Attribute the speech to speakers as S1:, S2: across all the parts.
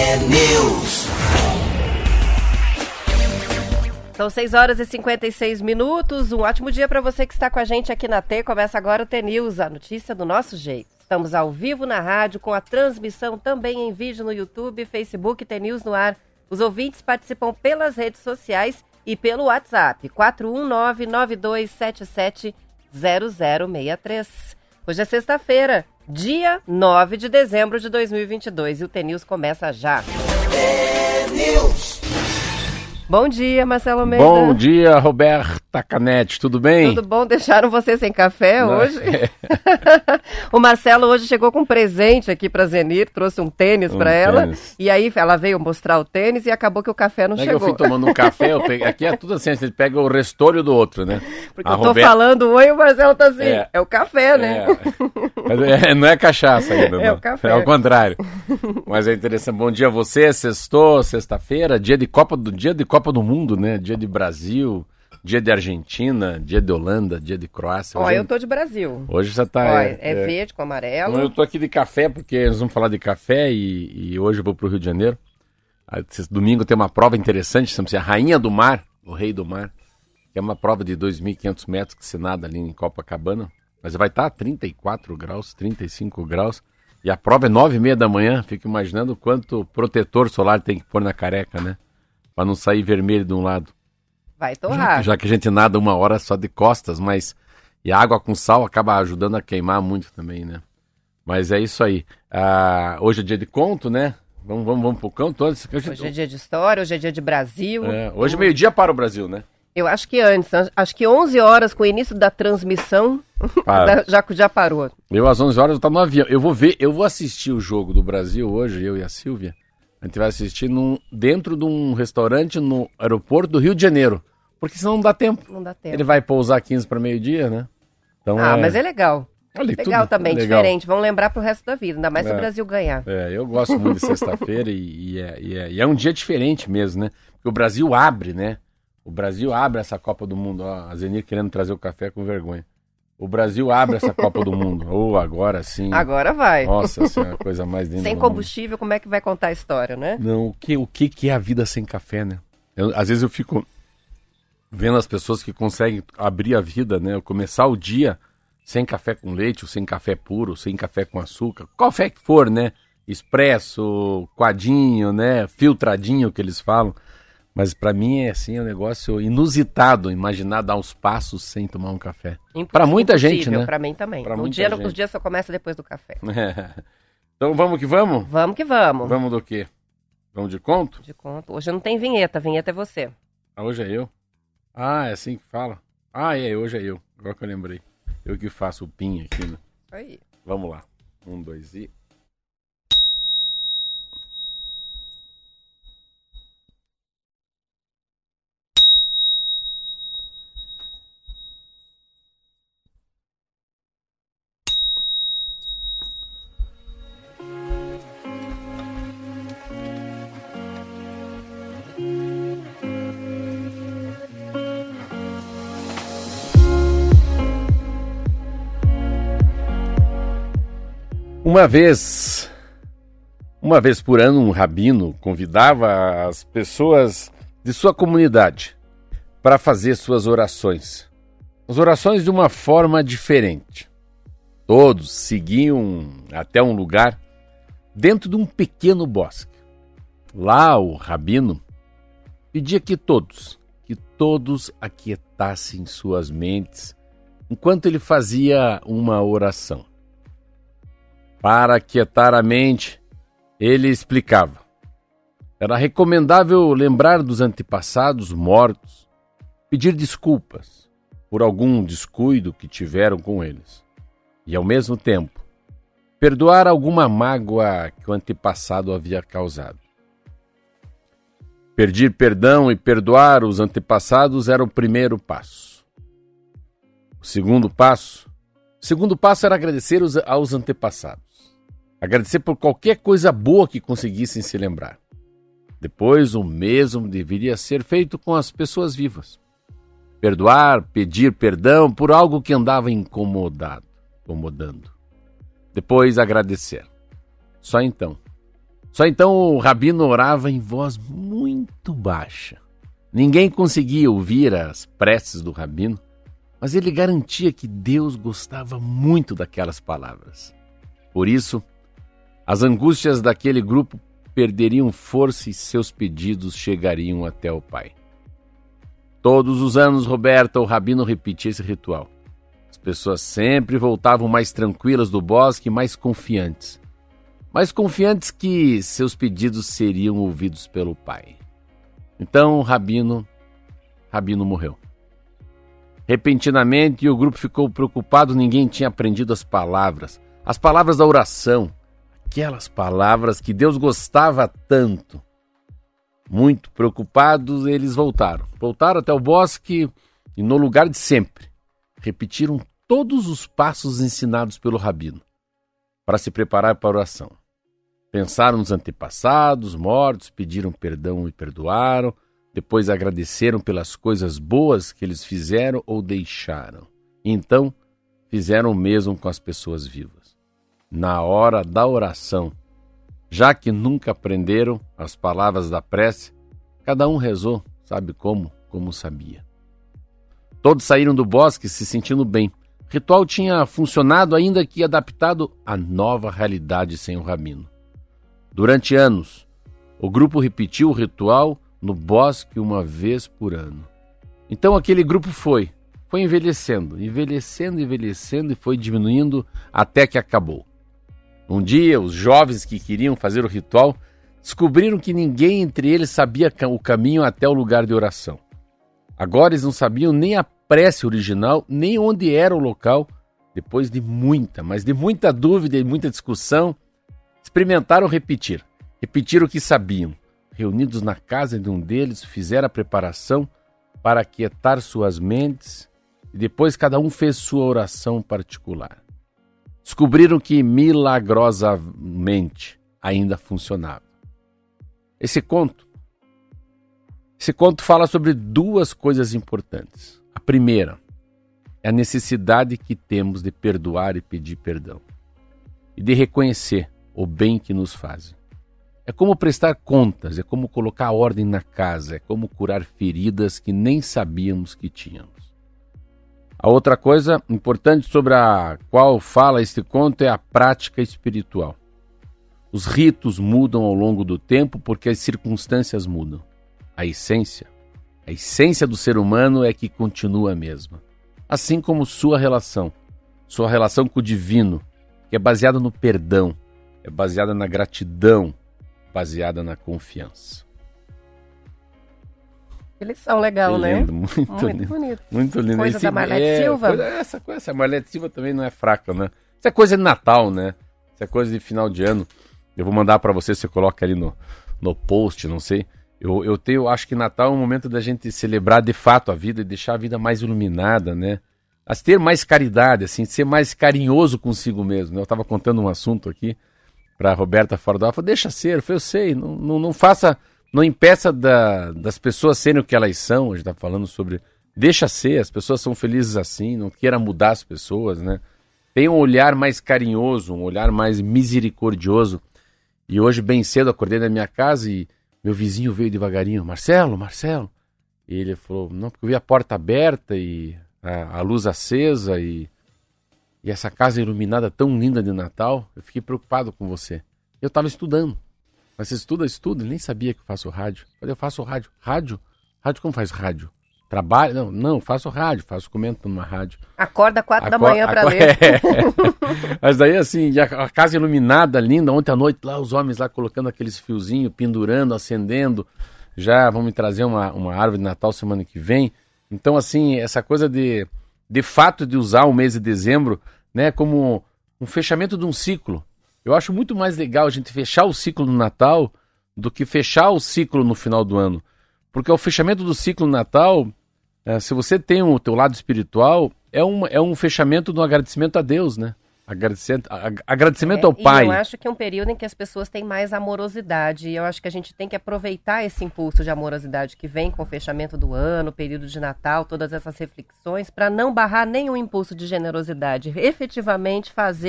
S1: News.
S2: São 6h56. Um ótimo dia para você que está com a gente aqui na T. Começa agora o T-News, a notícia do nosso jeito. Estamos ao vivo na rádio, com a transmissão também em vídeo no YouTube, Facebook, T-News no ar. Os ouvintes participam pelas redes sociais e pelo WhatsApp, 419-9277-0063. Hoje é sexta-feira, dia 9 de dezembro de 2022 e o T-News começa já.
S1: T-News.
S2: Bom dia, Marcelo Almeida.
S3: Bom dia, Roberta Canetti, tudo bem?
S2: Tudo bom? Deixaram você sem café hoje? O Marcelo hoje chegou com um presente aqui pra Zenir, trouxe um tênis pra ela, e aí ela veio mostrar o tênis e acabou que o café não chegou.
S3: Eu fui tomando um café, aqui é tudo assim, a gente pega o restolho do outro, né?
S2: Porque eu tô falando oi e o Marcelo tá assim, é o café, né?
S3: Não é cachaça ainda, não.
S2: É o café.
S3: É ao contrário. Mas é interessante, bom dia a você, sextou, sexta-feira, dia de Copa do Mundo, né? Dia de Brasil, dia de Argentina, dia de Holanda, dia de Croácia.
S2: Ó, eu tô de Brasil.
S3: Hoje você tá...
S2: É verde com amarelo.
S3: Eu tô aqui de café, porque nós vamos falar de café e hoje eu vou pro Rio de Janeiro. Domingo tem uma prova interessante, chama-se a Rainha do Mar, o Rei do Mar, que é uma prova de 2.500 metros que se nada ali em Copacabana. Mas vai estar a 34 graus, 35 graus. E a prova é 9h30 da manhã. Fico imaginando quanto protetor solar tem que pôr na careca, né? Para não sair vermelho de um lado.
S2: Vai torrar.
S3: Já que a gente nada uma hora só de costas, mas... E a água com sal acaba ajudando a queimar muito também, né? Mas é isso aí. Hoje é dia de conto, né? Vamos pro conto. Hoje
S2: é dia de história, hoje é dia de Brasil.
S3: Hoje meio-dia para o Brasil, né?
S2: Eu acho que antes, acho que 11 horas com o início da transmissão, já parou.
S3: Eu às 11 horas eu tô no avião. Eu vou assistir o jogo do Brasil hoje, eu e a Silvia. A gente vai assistir dentro de um restaurante no aeroporto do Rio de Janeiro. Porque senão não dá tempo.
S2: Não dá tempo.
S3: Ele vai pousar 15 para meio-dia, né? Então,
S2: mas é legal. Legal também, diferente. Vamos lembrar pro resto da vida, ainda mais se o Brasil ganhar.
S3: Eu gosto muito de sexta-feira e é um dia diferente mesmo, né? Porque o Brasil abre, né? O Brasil abre essa Copa do Mundo. Ó, a Zenir querendo trazer o café com vergonha. O Brasil abre essa Copa do Mundo. Agora sim.
S2: Agora vai.
S3: Nossa, essa é a coisa mais linda.
S2: Sem combustível, como é que vai contar a história, né?
S3: Não, o que é a vida sem café, né? Às vezes eu fico vendo as pessoas que conseguem abrir a vida, né? Começar o dia sem café com leite, ou sem café puro, ou sem café com açúcar. Qual fé que for, né? Expresso, coadinho, né? Filtradinho que eles falam. Mas pra mim é assim, um negócio inusitado imaginar dar uns passos sem tomar um café. Pra muita gente, né?
S2: Pra mim também. Os dias só começa depois do café.
S3: Então vamos que vamos?
S2: Vamos que vamos.
S3: Vamos do quê? Vamos de conto?
S2: De conto. Hoje não tem vinheta, a vinheta é você.
S3: Hoje é eu? É assim que fala? Hoje é eu. Agora que eu lembrei. Eu que faço o pin aqui, né?
S2: Aí.
S3: Vamos lá. 1, 2 e... Uma vez por ano, um rabino convidava as pessoas de sua comunidade para fazer suas orações. As orações de uma forma diferente. Todos seguiam até um lugar dentro de um pequeno bosque. Lá o rabino pedia que todos aquietassem suas mentes enquanto ele fazia uma oração. Para aquietar a mente, ele explicava. Era recomendável lembrar dos antepassados mortos, pedir desculpas por algum descuido que tiveram com eles e, ao mesmo tempo, perdoar alguma mágoa que o antepassado havia causado. Pedir perdão e perdoar os antepassados era o primeiro passo. O segundo passo era agradecer aos antepassados. Agradecer por qualquer coisa boa que conseguissem se lembrar. Depois, o mesmo deveria ser feito com as pessoas vivas. Perdoar, pedir perdão por algo que andava incomodando. Depois, agradecer. Só então, Só então o Rabino orava em voz muito baixa. Ninguém conseguia ouvir as preces do Rabino, mas ele garantia que Deus gostava muito daquelas palavras. Por isso, as angústias daquele grupo perderiam força e seus pedidos chegariam até o Pai. Todos os anos, Roberta, o Rabino repetia esse ritual. As pessoas sempre voltavam mais tranquilas do bosque, mais confiantes que seus pedidos seriam ouvidos pelo Pai. Então o Rabino morreu. Repentinamente, o grupo ficou preocupado, ninguém tinha aprendido as palavras da oração, aquelas palavras que Deus gostava tanto. Muito preocupados, eles voltaram até o bosque e no lugar de sempre, repetiram todos os passos ensinados pelo Rabino para se preparar para a oração. Pensaram nos antepassados, mortos, pediram perdão e perdoaram, depois agradeceram pelas coisas boas que eles fizeram ou deixaram. E então, fizeram o mesmo com as pessoas vivas. Na hora da oração, já que nunca aprenderam as palavras da prece, cada um rezou, sabe como sabia. Todos saíram do bosque se sentindo bem. O ritual tinha funcionado, ainda que adaptado à nova realidade sem o Rabino. Durante anos, o grupo repetiu o ritual no bosque uma vez por ano. Então aquele grupo foi envelhecendo e foi diminuindo até que acabou. Um dia, os jovens que queriam fazer o ritual descobriram que ninguém entre eles sabia o caminho até o lugar de oração. Agora eles não sabiam nem a prece original, nem onde era o local. Depois de muita dúvida e muita discussão, experimentaram repetir o que sabiam. Reunidos na casa de um deles, fizeram a preparação para aquietar suas mentes e depois cada um fez sua oração particular. Descobriram que milagrosamente ainda funcionava. Esse conto fala sobre duas coisas importantes. A primeira é a necessidade que temos de perdoar e pedir perdão e de reconhecer o bem que nos fazem. É como prestar contas, é como colocar ordem na casa, é como curar feridas que nem sabíamos que tínhamos. A outra coisa importante sobre a qual fala este conto é a prática espiritual. Os ritos mudam ao longo do tempo porque as circunstâncias mudam. A essência do ser humano é que continua a mesma. Assim como sua relação com o divino, que é baseada no perdão, é baseada na gratidão, baseada na confiança.
S2: Que lição legal,
S3: que
S2: né?
S3: Lindo, muito lindo.
S2: Bonito.
S3: Muito lindo.
S2: Coisa da Marlete Silva.
S3: Essa Marlete Silva também não é fraca, né? Isso é coisa de Natal, né? Isso é coisa de final de ano. Eu vou mandar para você coloca ali no post, não sei. Eu acho que Natal é um momento da gente celebrar de fato a vida e deixar a vida mais iluminada, né? Mas ter mais caridade, assim, ser mais carinhoso consigo mesmo, né? Eu estava contando um assunto aqui para Roberta fora do ar, falei, deixa ser, eu sei, não faça, não impeça das pessoas serem o que elas são, a gente está falando sobre, deixa ser, as pessoas são felizes assim, não queira mudar as pessoas, né? Tenha um olhar mais carinhoso, um olhar mais misericordioso. E hoje, bem cedo, acordei na minha casa e meu vizinho veio devagarinho, Marcelo. E ele falou, não, porque eu vi a porta aberta e a luz acesa e essa casa iluminada tão linda de Natal, eu fiquei preocupado com você. Eu estava estudando. Mas você estuda? Estudo. Ele nem sabia que eu faço rádio. Eu falei, eu faço rádio. Rádio? Rádio como faz rádio? Trabalho? Não, faço rádio, comento numa rádio.
S2: Acorda 4 da manhã para ler.
S3: Mas daí assim, a casa iluminada, linda, ontem à noite lá, os homens lá colocando aqueles fiozinhos, pendurando, acendendo. Já vão me trazer uma árvore de Natal semana que vem. Então assim, essa coisa de fato de usar o mês de dezembro, né, como um fechamento de um ciclo. Eu acho muito mais legal a gente fechar o ciclo no Natal do que fechar o ciclo no final do ano. Porque o fechamento do ciclo no Natal, se você tem o teu lado espiritual, é um fechamento do agradecimento a Deus, né? Agradecimento ao Pai.
S2: E eu acho que é um período em que as pessoas têm mais amorosidade. E eu acho que a gente tem que aproveitar esse impulso de amorosidade que vem com o fechamento do ano, período de Natal, todas essas reflexões, para não barrar nenhum impulso de generosidade. Efetivamente fazer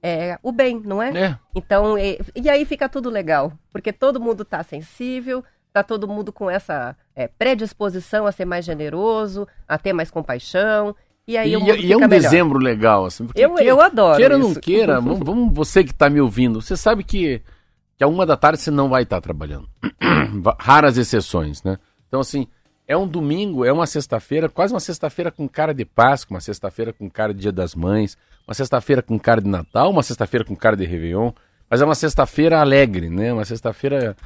S2: o bem, não é? Então, e aí fica tudo legal, porque todo mundo está sensível, está todo mundo com essa predisposição a ser mais generoso, a ter mais compaixão. E aí
S3: é um melhor. Dezembro legal, assim.
S2: Eu adoro
S3: queira
S2: isso.
S3: ou não queira, vamos, você que está me ouvindo, você sabe que a 1h você não vai estar trabalhando. Raras exceções, né? Então, assim, é um domingo, é uma sexta-feira, quase uma sexta-feira com cara de Páscoa, uma sexta-feira com cara de Dia das Mães, uma sexta-feira com cara de Natal, uma sexta-feira com cara de Réveillon, mas é uma sexta-feira alegre, né? Uma sexta-feira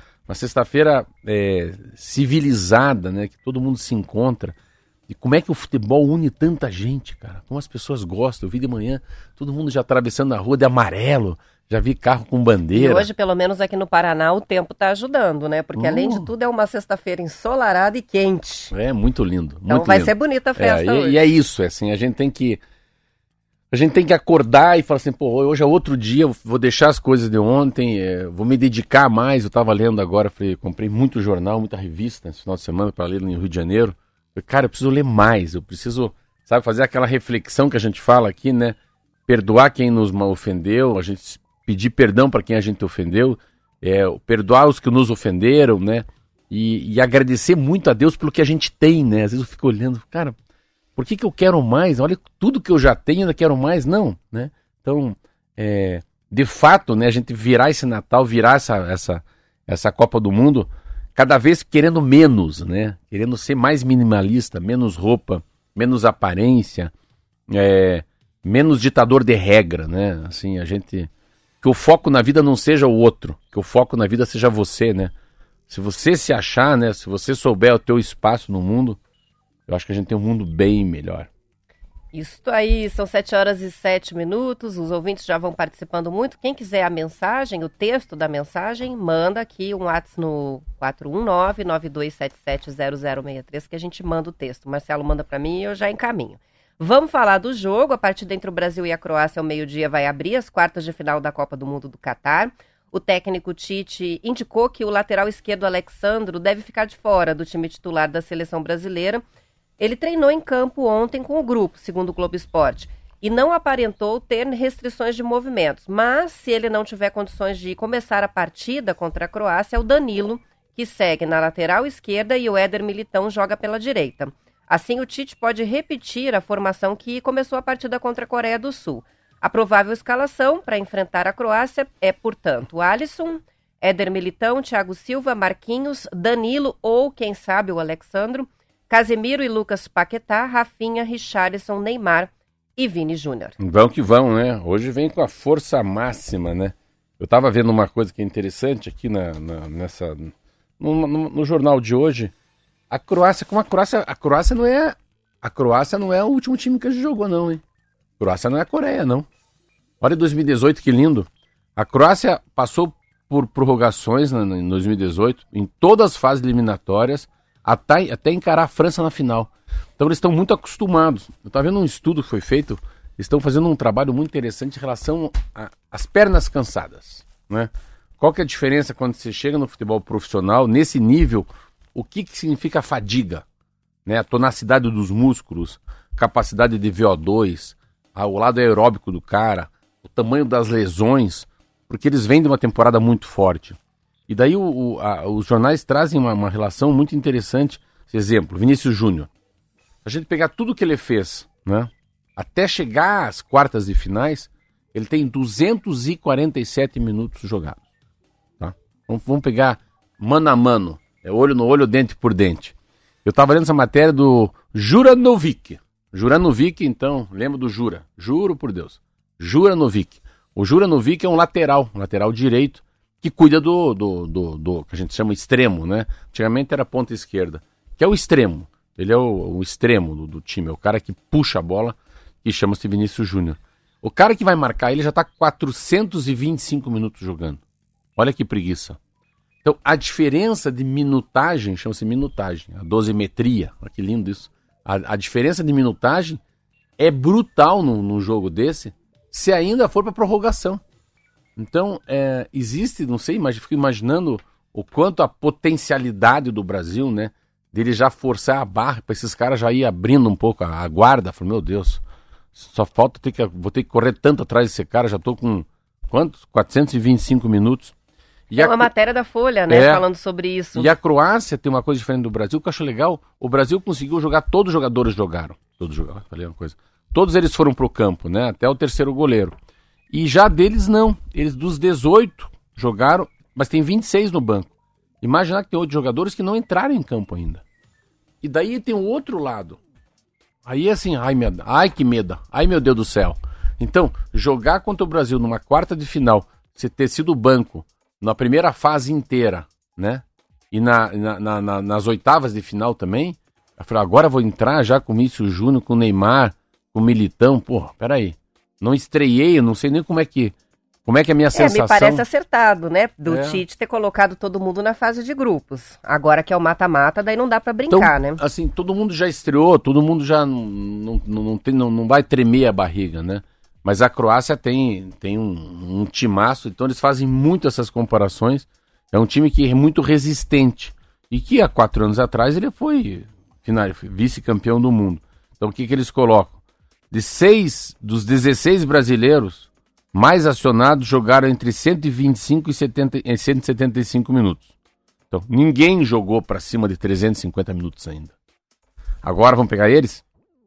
S3: civilizada, né? Que todo mundo se encontra. E como é que o futebol une tanta gente, cara? Como as pessoas gostam. Eu vi de manhã todo mundo já atravessando a rua de amarelo, já vi carro com bandeira.
S2: E hoje, pelo menos aqui no Paraná, o tempo tá ajudando, né? Porque além de tudo é uma sexta-feira ensolarada e quente.
S3: É, muito lindo.
S2: Então
S3: muito
S2: vai
S3: lindo.
S2: ser bonita a festa hoje.
S3: E é isso, assim, a gente tem que acordar e falar assim, pô, hoje é outro dia, eu vou deixar as coisas de ontem, vou me dedicar mais. Eu tava lendo agora, comprei muito jornal, muita revista esse final de semana para ler no Rio de Janeiro. Cara, eu preciso ler mais, eu preciso, sabe, fazer aquela reflexão que a gente fala aqui, né? Perdoar quem nos ofendeu, a gente pedir perdão para quem a gente ofendeu, perdoar os que nos ofenderam, né? E agradecer muito a Deus pelo que a gente tem, né? Às vezes eu fico olhando, cara, por que eu quero mais? Olha, tudo que eu já tenho, ainda quero mais? Não, né? Então, de fato, né, a gente virar esse Natal, virar essa Copa do Mundo, cada vez querendo menos, né? Querendo ser mais minimalista, menos roupa, menos aparência, menos ditador de regra, né? Assim, que o foco na vida não seja o outro, que o foco na vida seja você, né? Se você se achar, né? Se você souber o teu espaço no mundo, eu acho que a gente tem um mundo bem melhor.
S2: Isso aí, são 7h07, os ouvintes já vão participando muito. Quem quiser a mensagem, o texto da mensagem, manda aqui um WhatsApp no 419-9277-0063 que a gente manda o texto. O Marcelo manda para mim e eu já encaminho. Vamos falar do jogo. A partida entre o Brasil e a Croácia ao meio-dia vai abrir as quartas de final da Copa do Mundo do Catar. O técnico Tite indicou que o lateral esquerdo Alexandro deve ficar de fora do time titular da seleção brasileira. Ele treinou em campo ontem com o grupo, segundo o Globo Esporte, e não aparentou ter restrições de movimentos. Mas, se ele não tiver condições de começar a partida contra a Croácia, é o Danilo, que segue na lateral esquerda, e o Éder Militão joga pela direita. Assim, o Tite pode repetir a formação que começou a partida contra a Coreia do Sul. A provável escalação para enfrentar a Croácia é, portanto, Alisson, Éder Militão, Thiago Silva, Marquinhos, Danilo ou, quem sabe, o Alexandro, Casemiro e Lucas Paquetá, Rafinha, Richarlison, Neymar e Vini Júnior.
S3: Vão que vão, né? Hoje vem com a força máxima, né? Eu tava vendo uma coisa que é interessante aqui no jornal de hoje. A Croácia não é o último time que a gente jogou, não, hein? A Croácia não é a Coreia, não. Olha 2018, que lindo. A Croácia passou por prorrogações em 2018, em todas as fases eliminatórias, até encarar a França na final. Então eles estão muito acostumados. Eu estava vendo um estudo que foi feito, eles estão fazendo um trabalho muito interessante em relação às pernas cansadas, né? Qual que é a diferença quando você chega no futebol profissional, nesse nível, o que significa fadiga? Né? A tonacidade dos músculos, capacidade de VO2, o lado aeróbico do cara, o tamanho das lesões, porque eles vêm de uma temporada muito forte. E daí os jornais trazem uma relação muito interessante. Esse exemplo, Vinícius Júnior. A gente pegar tudo que ele fez, né? Até chegar às quartas de finais, ele tem 247 minutos jogados. Tá? Vamos pegar mano a mano, olho no olho, dente por dente. Eu estava lendo essa matéria do Juranovic. Juranovic, então, lembra do Jura? Juro por Deus. Juranovic. O Juranovic é um lateral direito, que cuida do que a gente chama extremo, né? Antigamente era ponta esquerda, que é o extremo. Ele é o extremo do time, é o cara que puxa a bola, que chama-se Vinícius Júnior. O cara que vai marcar ele já está 425 minutos jogando. Olha que preguiça. Então, a diferença de minutagem, chama-se minutagem, a dosimetria, olha que lindo isso. A diferença de minutagem é brutal num jogo desse, se ainda for para prorrogação. Então, existe, não sei, mas fico imaginando o quanto a potencialidade do Brasil, né, dele já forçar a barra para esses caras já ir abrindo um pouco a guarda. Falei, meu Deus, Só falta vou ter que correr tanto atrás desse cara, já tô com quantos? 425 minutos.
S2: É uma matéria da Folha, né, falando sobre isso.
S3: E a Croácia tem uma coisa diferente do Brasil, que eu acho legal. O Brasil conseguiu jogar, todos os jogadores jogaram. Falei uma coisa. Todos eles foram pro campo, né, até o terceiro goleiro. E já deles não. Eles dos 18 jogaram, mas tem 26 no banco. Imaginar que tem 8 jogadores que não entraram em campo ainda. E daí tem o outro lado. Aí assim, ai que medo, ai meu Deus do céu. Então, jogar contra o Brasil numa quarta de final, você ter sido banco na primeira fase inteira, né? E nas oitavas de final também, eu falei, agora eu vou entrar já com o Vinícius Júnior, com o Neymar, com o Militão, porra, peraí. Não estreiei, eu não sei nem como é que é a minha sensação.
S2: Me parece acertado, né? Do Tite ter colocado todo mundo na fase de grupos. Agora que é o mata-mata, daí não dá pra brincar,
S3: então,
S2: né?
S3: Assim, todo mundo já estreou, todo mundo já não vai tremer a barriga, né? Mas a Croácia tem um timaço, então eles fazem muito essas comparações. É um time que é muito resistente. E que há 4 anos atrás ele foi vice-campeão do mundo. Então o que eles colocam? Dos 16 brasileiros mais acionados, jogaram entre 125 e 175 minutos. Então, ninguém jogou para cima de 350 minutos ainda. Agora, vamos pegar eles?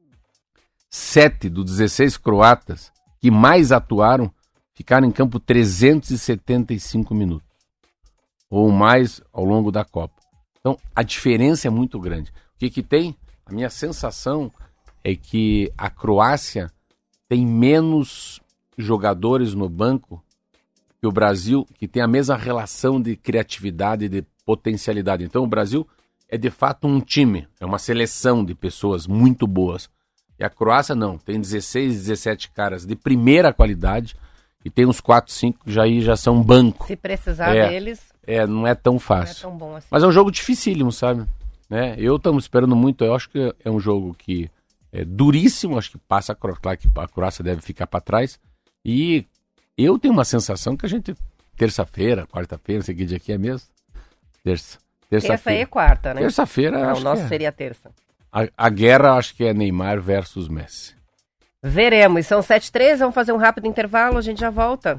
S3: 7 dos 16 croatas que mais atuaram ficaram em campo 375 minutos. Ou mais ao longo da Copa. Então, a diferença é muito grande. O que tem? A minha sensação é que a Croácia tem menos jogadores no banco que o Brasil, que tem a mesma relação de criatividade e de potencialidade. Então o Brasil é de fato um time, é uma seleção de pessoas muito boas. E a Croácia não, tem 16, 17 caras de primeira qualidade e tem uns 4, 5 que já são banco.
S2: Se precisar deles...
S3: não é tão fácil.
S2: Não é tão bom assim.
S3: Mas é um jogo dificílimo, sabe? Né? Eu estamos esperando muito, eu acho que é um jogo que é duríssimo, acho que passa, claro que a Croácia deve ficar para trás. E eu tenho uma sensação que a gente, terça-feira, quarta-feira, não sei que dia aqui é mesmo? Terça-feira.
S2: Terça e quarta, né?
S3: Terça-feira,
S2: o nosso seria terça.
S3: A guerra, acho que é Neymar versus Messi.
S2: Veremos. São 7h13, vamos fazer um rápido intervalo, a gente já volta.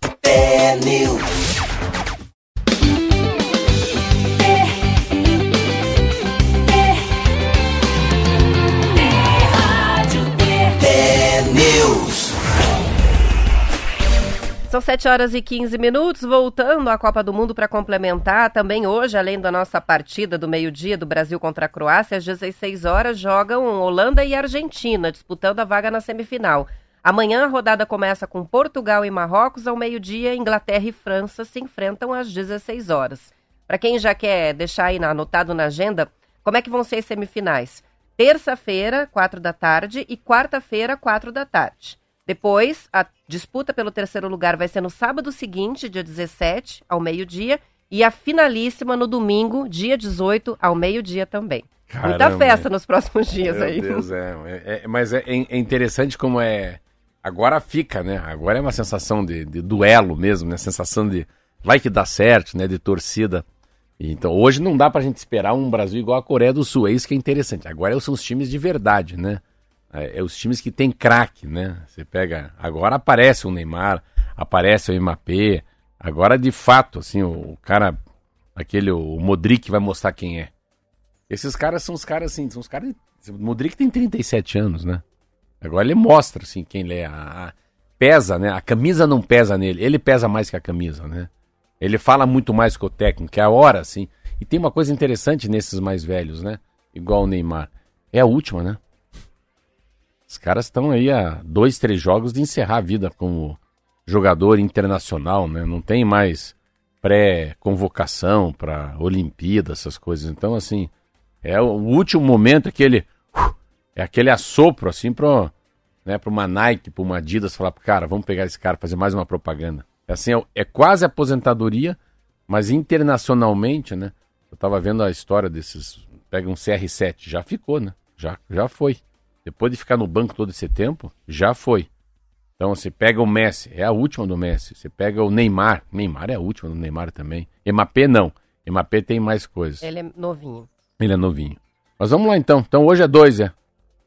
S2: São 7h15, voltando à Copa do Mundo para complementar. Também hoje, além da nossa partida do meio-dia do Brasil contra a Croácia, às 16 horas jogam Holanda e Argentina, disputando a vaga na semifinal. Amanhã a rodada começa com Portugal e Marrocos, ao meio-dia Inglaterra e França se enfrentam às 16 horas. Para quem já quer deixar aí anotado na agenda, como é que vão ser as semifinais? Terça-feira, 4 da tarde e quarta-feira, 4 da tarde. Depois, a disputa pelo terceiro lugar vai ser no sábado seguinte, dia 17, ao meio-dia, e a finalíssima no domingo, dia 18, ao meio-dia também. Caramba, muita festa nos próximos dias aí.
S3: Meu Deus, mas é interessante como é... Agora fica, né? Agora é uma sensação de duelo mesmo, né? Sensação de vai que dá certo, né? De torcida. Então, hoje não dá pra gente esperar um Brasil igual a Coreia do Sul, é isso que é interessante. Agora são os times de verdade, né? É os times que tem craque, né? Você pega... Agora aparece o Neymar, aparece o Mbappé. Agora, de fato, assim, o cara... O Modric vai mostrar quem é. Esses caras são os caras, assim... O Modric tem 37 anos, né? Agora ele mostra, assim, quem ele é. Pesa, né? A camisa não pesa nele. Ele pesa mais que a camisa, né? Ele fala muito mais que o técnico, que é a hora, assim. E tem uma coisa interessante nesses mais velhos, né? Igual o Neymar. É a última, né? Os caras estão aí há 2, 3 jogos de encerrar a vida como jogador internacional, né? Não tem mais pré-convocação para Olimpíada, essas coisas. Então, assim, é o último momento, aquele assopro, assim, para uma Nike, para uma Adidas, falar, cara, vamos pegar esse cara, fazer mais uma propaganda. Assim, é quase aposentadoria, mas internacionalmente, né? Eu tava vendo a história desses... Pega um CR7, já ficou, né? Já foi. Depois de ficar no banco todo esse tempo, já foi. Então, você pega o Messi, é a última do Messi. Você pega o Neymar é a última do Neymar também. Mbappé não. Mbappé tem mais coisas.
S2: Ele é novinho.
S3: Mas vamos lá, então. Então, hoje é 2,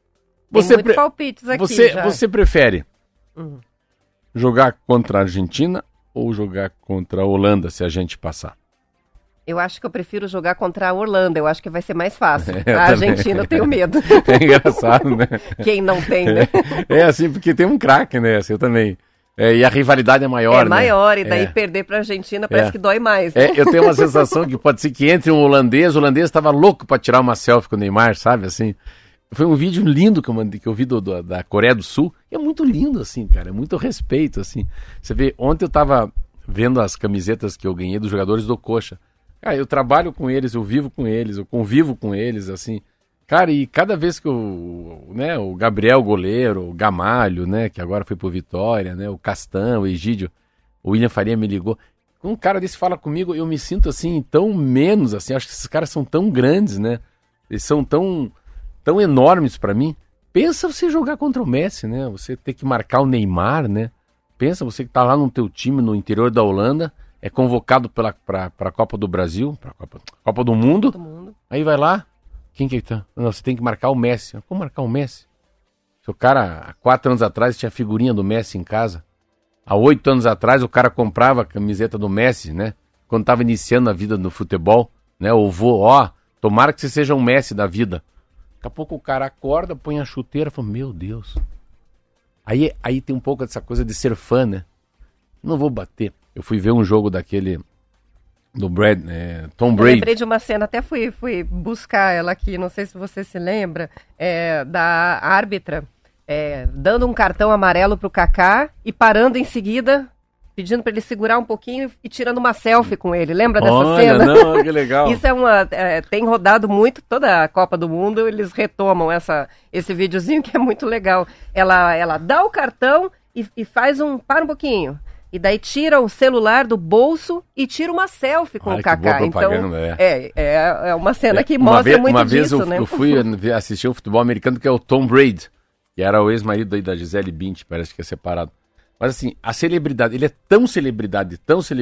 S2: Tem muitos palpites aqui já.
S3: Você prefere
S2: Uhum.
S3: jogar contra a Argentina ou jogar contra a Holanda se a gente passar?
S2: Eu acho que eu prefiro jogar contra a Holanda, eu acho que vai ser mais fácil.
S3: Eu
S2: A
S3: também.
S2: Argentina eu tenho medo.
S3: É engraçado, né?
S2: Quem não tem, né?
S3: É assim, porque tem um craque, né? Assim, eu também. E a rivalidade é maior,
S2: É maior,
S3: né?
S2: e daí perder pra Argentina parece que dói mais. Né?
S3: Eu tenho uma sensação que pode ser que entre um holandês, o holandês estava louco pra tirar uma selfie com o Neymar, sabe, assim. Foi um vídeo lindo que eu vi da Coreia do Sul, e é muito lindo, assim, cara, é muito respeito, assim. Você vê, ontem eu tava vendo as camisetas que eu ganhei dos jogadores do Coxa. Cara, eu trabalho com eles, eu vivo com eles, eu convivo com eles, assim. Cara, e cada vez que o Gabriel goleiro, o Gamalho, né, que agora foi pro Vitória, né, o Castan, o Egídio, o William Faria me ligou. Um cara desse fala comigo, eu me sinto assim, tão menos, assim, acho que esses caras são tão grandes, né, eles são tão enormes pra mim. Pensa você jogar contra o Messi, né, você ter que marcar o Neymar, né, pensa você que tá lá no teu time, no interior da Holanda, é convocado pra Copa do Brasil, pra Copa do Mundo, aí vai lá, quem que tá? Não, você tem que marcar o Messi. Como marcar o Messi? Se o cara, há 4 anos atrás, tinha figurinha do Messi em casa. Há 8 anos atrás, o cara comprava a camiseta do Messi, né? Quando tava iniciando a vida no futebol, né? O vô, tomara que você seja um Messi da vida. Daqui a pouco o cara acorda, põe a chuteira e fala, meu Deus. Aí tem um pouco dessa coisa de ser fã, né? Não vou bater. Eu fui ver um jogo daquele... do Tom Brady.
S2: Eu lembrei de uma cena, até fui buscar ela aqui, não sei se você se lembra, da árbitra dando um cartão amarelo pro Kaká e parando em seguida, pedindo para ele segurar um pouquinho e tirando uma selfie com ele. Lembra dessa cena?
S3: Não, que legal.
S2: Isso tem rodado muito, toda a Copa do Mundo, eles retomam esse videozinho que é muito legal. Ela dá o cartão e faz para um pouquinho. E daí tira o celular do bolso e tira uma selfie com o Kaká. Então, é uma cena que mostra muito disso, né?
S3: Eu fui assistir um futebol americano que é o Tom Brady, que era o ex-marido aí da Gisele Bündchen, parece que é separado. Mas assim, a celebridade, ele é tão celebridade,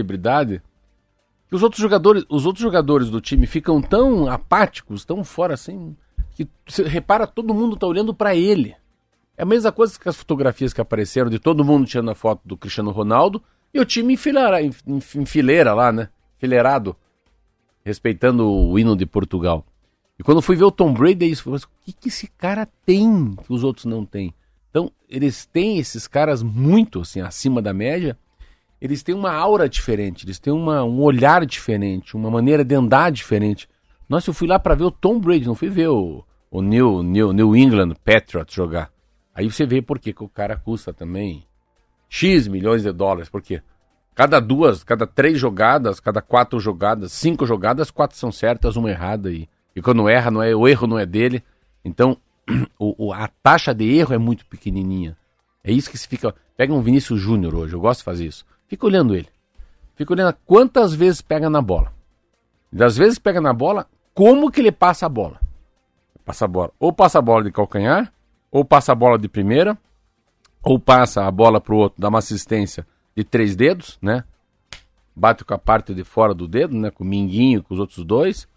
S3: que os outros jogadores do time ficam tão apáticos, tão fora assim, que você repara, todo mundo tá olhando pra ele. É a mesma coisa que as fotografias que apareceram de todo mundo tirando a foto do Cristiano Ronaldo e o time em fileira lá, né? Fileirado, respeitando o hino de Portugal. E quando eu fui ver o Tom Brady, é isso. Eu falei, o que esse cara tem que os outros não têm? Então, eles têm esses caras muito assim, acima da média, eles têm uma aura diferente, eles têm um olhar diferente, uma maneira de andar diferente. Nossa, eu fui lá para ver o Tom Brady, não fui ver o New England Patriots jogar. Aí você vê por que o cara custa também X milhões de dólares. Por quê? Cada 3 jogadas, cada 4 jogadas, 5 jogadas, 4 são certas, uma errada. E quando erra, o erro não é dele. Então, a taxa de erro é muito pequenininha. É isso que se fica... Pega um Vinícius Júnior hoje, eu gosto de fazer isso. Fica olhando ele. Fica olhando quantas vezes pega na bola. E das vezes que pega na bola, como que ele passa a bola? Passa a bola. Ou passa a bola de calcanhar, ou passa a bola de primeira, ou passa a bola pro outro, dá uma assistência de 3 dedos, né? Bate com a parte de fora do dedo, né? Com o minguinho, com os outros 2.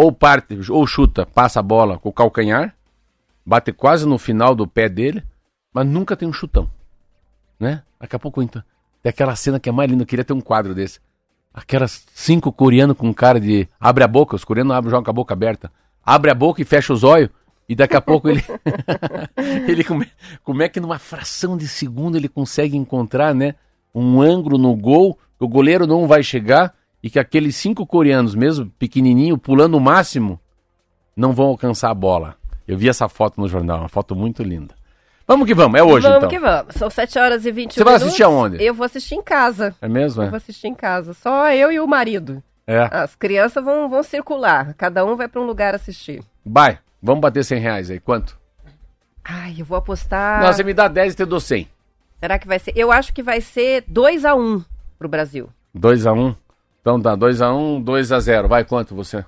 S3: Ou chuta, passa a bola com o calcanhar, bate quase no final do pé dele, mas nunca tem um chutão, né? Daqui a pouco então, tem aquela cena que é mais linda, eu queria ter um quadro desse. Aquelas 5 coreanos com cara de... Abre a boca, os coreanos jogam com a boca aberta. Abre a boca e fecha os olhos. E daqui a pouco ele como é que numa fração de segundo ele consegue encontrar, né, um ângulo no gol, que o goleiro não vai chegar e que aqueles 5 coreanos mesmo, pequenininho, pulando o máximo, não vão alcançar a bola. Eu vi essa foto no jornal, uma foto muito linda. Vamos que vamos, é hoje então.
S2: Vamos que vamos, são 7h21 minutos.
S3: Você vai assistir aonde?
S2: Eu vou assistir em casa.
S3: É mesmo?
S2: Eu vou assistir em casa, só eu e o marido. As crianças vão circular, cada um vai para um lugar assistir.
S3: Vamos bater R$100 aí, quanto?
S2: Ai, eu vou apostar...
S3: Não, você me dá 10 e eu dou 100.
S2: Será que vai ser? Eu acho que vai ser 2-1 pro Brasil.
S3: 2-1? Então tá, 2-1, 2-0. Vai, quanto você?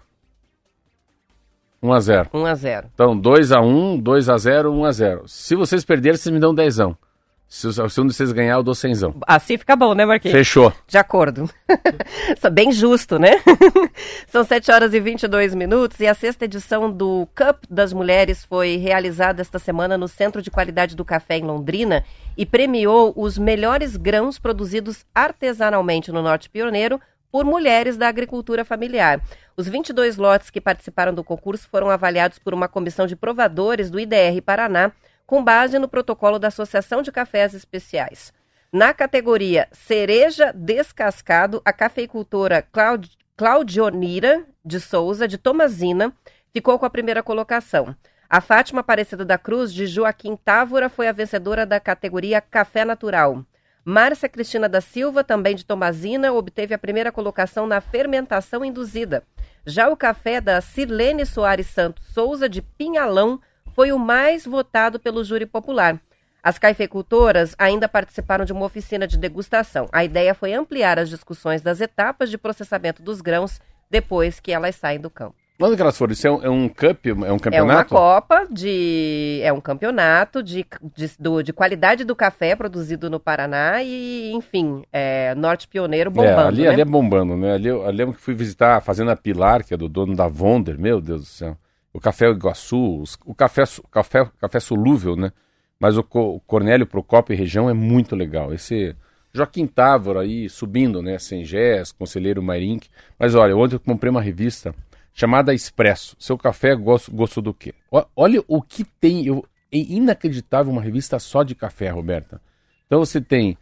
S3: 1-0.
S2: 1-0.
S3: Então, 2-1, 2-0, 1-0. Se vocês perderem, vocês me dão 10. Se um de vocês ganhar, eu dou 100.
S2: Assim fica bom, né, Marquinhos?
S3: Fechou.
S2: De acordo. Bem justo, né? São 7h22 e a 6ª edição do Cup das Mulheres foi realizada esta semana no Centro de Qualidade do Café em Londrina e premiou os melhores grãos produzidos artesanalmente no Norte Pioneiro por mulheres da agricultura familiar. Os 22 lotes que participaram do concurso foram avaliados por uma comissão de provadores do IDR Paraná, com base no protocolo da Associação de Cafés Especiais. Na categoria Cereja Descascado, a cafeicultora Claudionira de Souza, de Tomazina, ficou com a primeira colocação. A Fátima Aparecida da Cruz, de Joaquim Távora, foi a vencedora da categoria Café Natural. Márcia Cristina da Silva, também de Tomazina, obteve a primeira colocação na fermentação induzida. Já o café da Sirlene Soares Santos Souza, de Pinhalão, foi o mais votado pelo júri popular. As cafeicultoras ainda participaram de uma oficina de degustação. A ideia foi ampliar as discussões das etapas de processamento dos grãos depois que elas saem do campo.
S3: Onde que elas foram? Isso é um cup? É um campeonato?
S2: É uma copa, é um campeonato de qualidade do café produzido no Paraná e, enfim, Norte Pioneiro bombando,
S3: ali é bombando, né? Ali eu lembro que fui visitar a Fazenda Pilar, que é do dono da Wonder, meu Deus do céu. O café Iguaçu, o café solúvel, né? Mas o Cornélio Procópio e região é muito legal. Esse Joaquim Távora aí subindo, né? Sengés, Conselheiro Mairink. Mas olha, ontem eu comprei uma revista chamada Expresso. Seu café gosto do quê? Olha o que tem. É inacreditável uma revista só de café, Roberta. Então você tem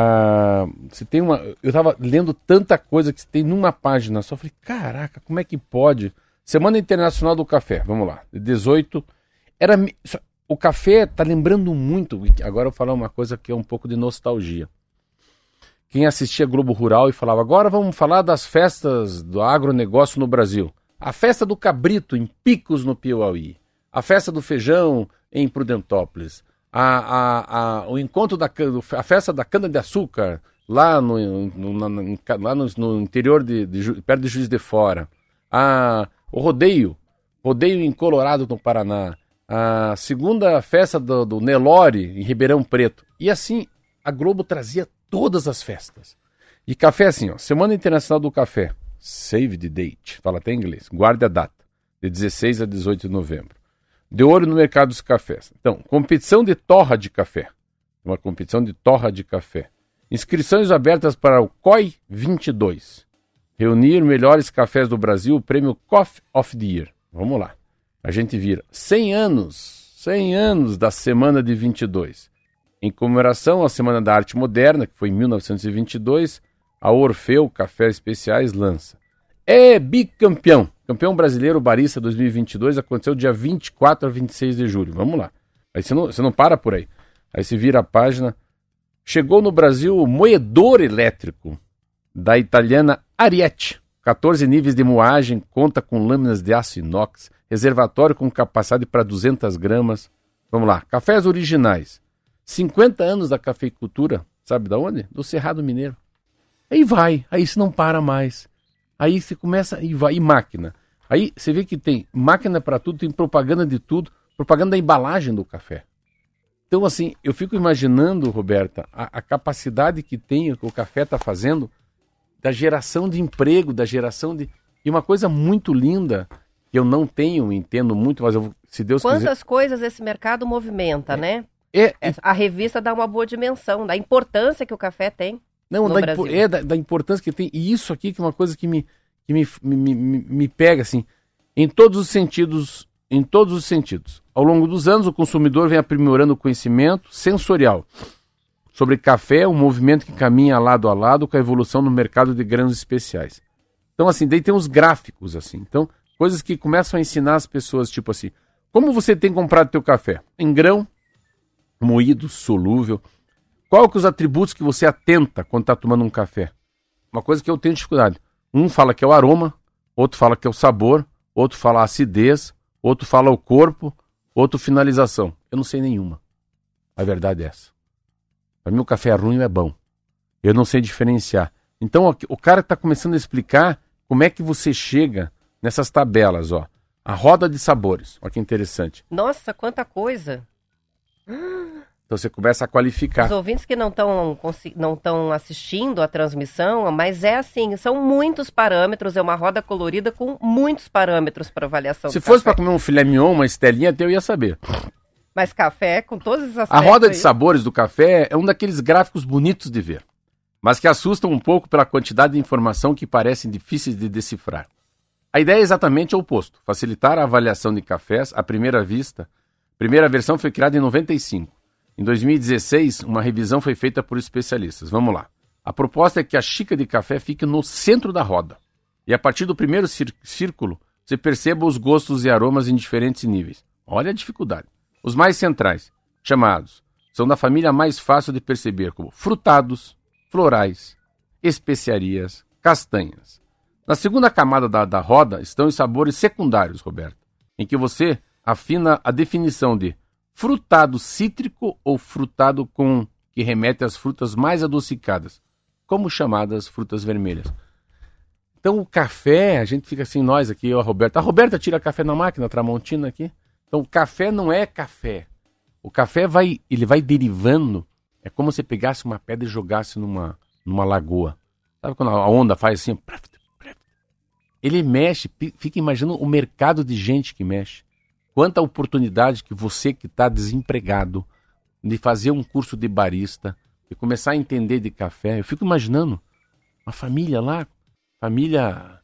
S3: uma. Eu estava lendo tanta coisa que tem numa página só. Falei, caraca, como é que pode? Semana Internacional do Café, vamos lá. 18. O café tá lembrando muito. Agora eu vou falar uma coisa que é um pouco de nostalgia. Quem assistia Globo Rural e falava, agora vamos falar das festas do agronegócio no Brasil. A festa do cabrito em Picos, no Piauí. A festa do feijão em Prudentópolis. O encontro a festa da cana-de-açúcar lá no interior, perto de Juiz de Fora. O rodeio em Colorado, no Paraná. A segunda festa do Nelore, em Ribeirão Preto. E assim, a Globo trazia todas as festas. E café assim, ó, Semana Internacional do Café. Save the date, fala até em inglês. Guarde a data, de 16 a 18 de novembro. De olho no mercado dos cafés. Então, competição de torra de café. Uma competição de torra de café. Inscrições abertas para o COI 22. Reunir melhores cafés do Brasil, o prêmio Coffee of the Year. Vamos lá. A gente vira 100 anos da Semana de 22. Em comemoração à Semana da Arte Moderna, que foi em 1922, a Orfeu Cafés Especiais lança. Bicampeão. Campeão brasileiro Barista 2022 aconteceu dia 24 a 26 de julho. Vamos lá. Aí você não para por aí. Aí você vira a página. Chegou no Brasil o moedor elétrico da italiana Ariete. 14 níveis de moagem, conta com lâminas de aço inox, reservatório com capacidade para 200 gramas. Vamos lá. Cafés originais. 50 anos da cafeicultura. Sabe da onde? Do Cerrado Mineiro. Aí você não para mais. Aí você começa e vai. E máquina. Aí você vê que tem máquina para tudo, tem propaganda de tudo, propaganda da embalagem do café. Então, assim, eu fico imaginando, Roberta, a capacidade que tem, que o café está fazendo, da geração de emprego, da geração de... E uma coisa muito linda, que eu não entendo muito, mas se Deus quiser...
S2: Quantas coisas esse mercado movimenta, né? A revista dá uma boa dimensão da importância que o café tem.
S3: Não, da importância que tem. E isso aqui que é uma coisa que me pega, assim, em todos os sentidos. Ao longo dos anos, o consumidor vem aprimorando o conhecimento sensorial sobre café, um movimento que caminha lado a lado com a evolução no mercado de grãos especiais. Então, assim, daí tem os gráficos, assim. Então, coisas que começam a ensinar as pessoas, tipo assim, como você tem comprado teu café? Em grão, moído, solúvel. Qual que é os atributos que você atenta quando está tomando um café? Uma coisa que eu tenho dificuldade. Um fala que é o aroma, outro fala que é o sabor, outro fala a acidez, outro fala o corpo, outro finalização. Eu não sei nenhuma. A verdade é essa. Para mim o café é ruim ou é bom. Eu não sei diferenciar. Então o cara está começando a explicar como é que você chega nessas tabelas, ó. A roda de sabores. Olha que interessante.
S2: Nossa, quanta coisa.
S3: Então você começa a qualificar.
S2: Os ouvintes que não estão assistindo a transmissão, mas é assim, são muitos parâmetros, é uma roda colorida com muitos parâmetros para avaliação.
S3: Se fosse para comer um filé mignon, uma estelinha, até eu ia saber.
S2: Mas café, com todos esses aspectos.
S3: A roda de sabores do café é um daqueles gráficos bonitos de ver, mas que assustam um pouco pela quantidade de informação que parecem difíceis de decifrar. A ideia é exatamente o oposto, facilitar a avaliação de cafés à primeira vista. A primeira versão foi criada em 95. Em 2016, uma revisão foi feita por especialistas. Vamos lá. A proposta é que a xícara de café fique no centro da roda. E a partir do primeiro círculo, você perceba os gostos e aromas em diferentes níveis. Olha a dificuldade. Os mais centrais, chamados, são da família mais fácil de perceber, como frutados, florais, especiarias, castanhas. Na segunda camada da roda estão os sabores secundários, Roberto, em que você afina a definição de frutado cítrico ou frutado que remete às frutas mais adocicadas, como chamadas frutas vermelhas. Então o café, a gente fica assim, nós aqui, a Roberta tira café na máquina, Tramontina aqui. Então o café não é café. O café vai derivando, é como se pegasse uma pedra e jogasse numa lagoa. Sabe quando a onda faz assim? Ele mexe, fica imaginando o mercado de gente que mexe. Quanta oportunidade que você que está desempregado, de fazer um curso de barista, de começar a entender de café. Eu fico imaginando uma família lá, família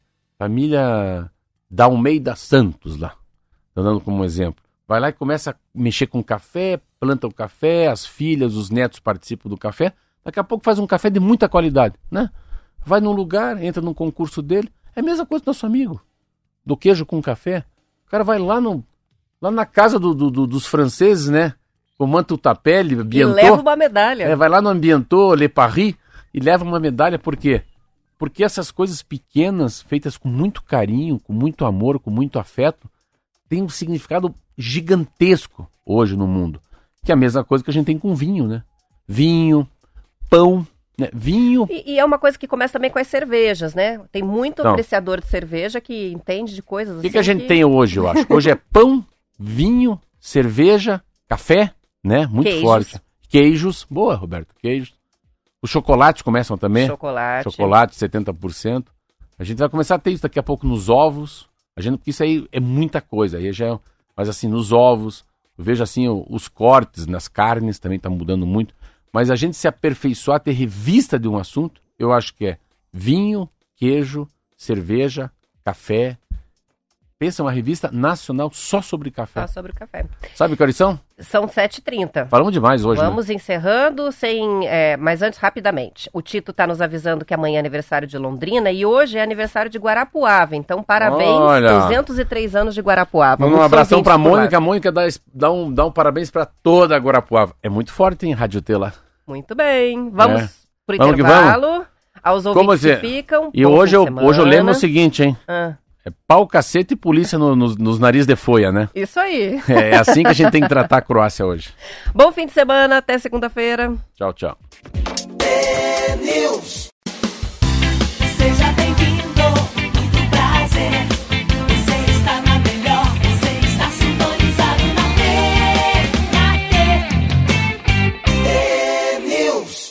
S3: da Almeida Santos lá, estou dando como exemplo. Vai lá e começa a mexer com café, planta o café, as filhas, os netos participam do café. Daqui a pouco faz um café de muita qualidade, né? Vai num lugar, entra num concurso dele. É a mesma coisa do nosso amigo, do queijo com café. O cara vai lá na casa dos franceses, né? Comanda o tapele, Bientôt.
S2: E leva uma medalha.
S3: Vai lá no Bientôt, Le Paris, e leva uma medalha. Por quê? Porque essas coisas pequenas, feitas com muito carinho, com muito amor, com muito afeto, têm um significado gigantesco hoje no mundo. Que é a mesma coisa que a gente tem com vinho, né? Vinho, pão, né? Vinho...
S2: E é uma coisa que começa também com as cervejas, né? Tem muito apreciador de cerveja que entende de coisas assim.
S3: O que a gente tem hoje, eu acho? Hoje é pão, vinho, cerveja, café, né? Muito forte. Queijos. Boa, Roberto. Queijos. Os chocolates começam também. Chocolate 70%. A gente vai começar a ter isso daqui a pouco nos ovos. Porque isso aí é muita coisa. Aí já, mas assim, nos ovos, eu vejo assim, os cortes nas carnes também tá mudando muito. Mas a gente se aperfeiçoar, ter revista de um assunto, eu acho que é vinho, queijo, cerveja, café. Pensa uma revista nacional só sobre café.
S2: Só sobre café.
S3: Sabe que horas são?
S2: São 7h30.
S3: Falamos demais hoje,
S2: Vamos encerrando, mas antes, rapidamente. O Tito está nos avisando que amanhã é aniversário de Londrina e hoje é aniversário de Guarapuava. Então, parabéns, 203 anos de Guarapuava.
S3: Um abração para a Mônica. A Mônica dá um parabéns para toda a Guarapuava. É muito forte, hein, Rádio Tela?
S2: Muito bem. Vamos pro intervalo. Aos ouvintes que ficam.
S3: E hoje eu lembro o seguinte, hein? É pau, cacete e polícia nos nariz de folha, né?
S2: Isso aí.
S3: É assim que a gente tem que tratar a Croácia hoje.
S2: Bom fim de semana, até segunda-feira.
S3: Tchau, tchau.
S1: News.
S4: Seja bem-vindo, muito prazer. Você está na melhor, você está sintonizado na
S1: News.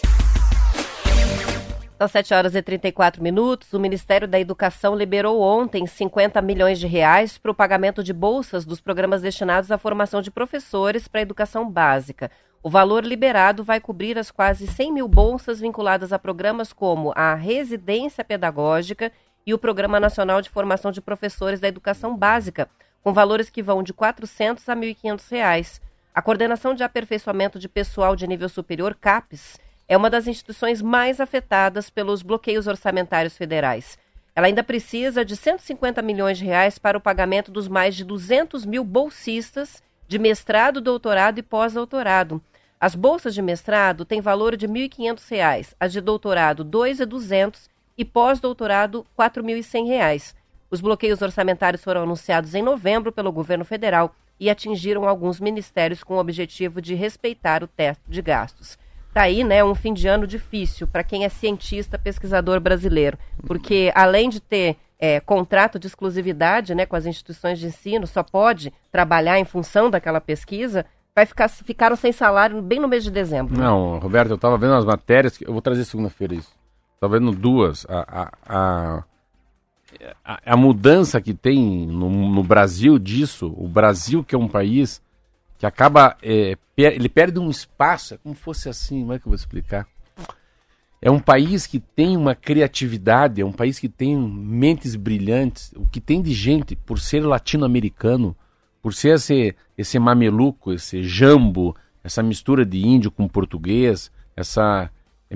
S2: São 7h34. O Ministério da Educação liberou ontem 50 milhões de reais para o pagamento de bolsas dos programas destinados à formação de professores para a educação básica. O valor liberado vai cobrir as quase 100 mil bolsas vinculadas a programas como a Residência Pedagógica e o Programa Nacional de Formação de Professores da Educação Básica, com valores que vão de R$ 400 a R$ 1.500. A Coordenação de Aperfeiçoamento de Pessoal de Nível Superior, CAPES, é uma das instituições mais afetadas pelos bloqueios orçamentários federais. Ela ainda precisa de 150 milhões de reais para o pagamento dos mais de 200 mil bolsistas de mestrado, doutorado e pós-doutorado. As bolsas de mestrado têm valor de R$ 1.500, as de doutorado R$ 2.200 e pós-doutorado R$ 4.100. Os bloqueios orçamentários foram anunciados em novembro pelo governo federal e atingiram alguns ministérios com o objetivo de respeitar o teto de gastos. Tá aí, né, um fim de ano difícil para quem é cientista, pesquisador brasileiro, porque além de ter contrato de exclusividade, né, com as instituições de ensino, só pode trabalhar em função daquela pesquisa, ficaram sem salário bem no mês de dezembro.
S3: Não, Roberto, eu estava vendo as matérias, eu vou trazer segunda-feira isso. Estava vendo duas. A mudança que tem no Brasil disso, o Brasil que é um país que acaba, ele perde um espaço, é como fosse assim, como é que eu vou explicar? É um país que tem uma criatividade, é um país que tem mentes brilhantes, o que tem de gente, por ser latino-americano, por ser esse mameluco, esse jambo, essa mistura de índio com português, essa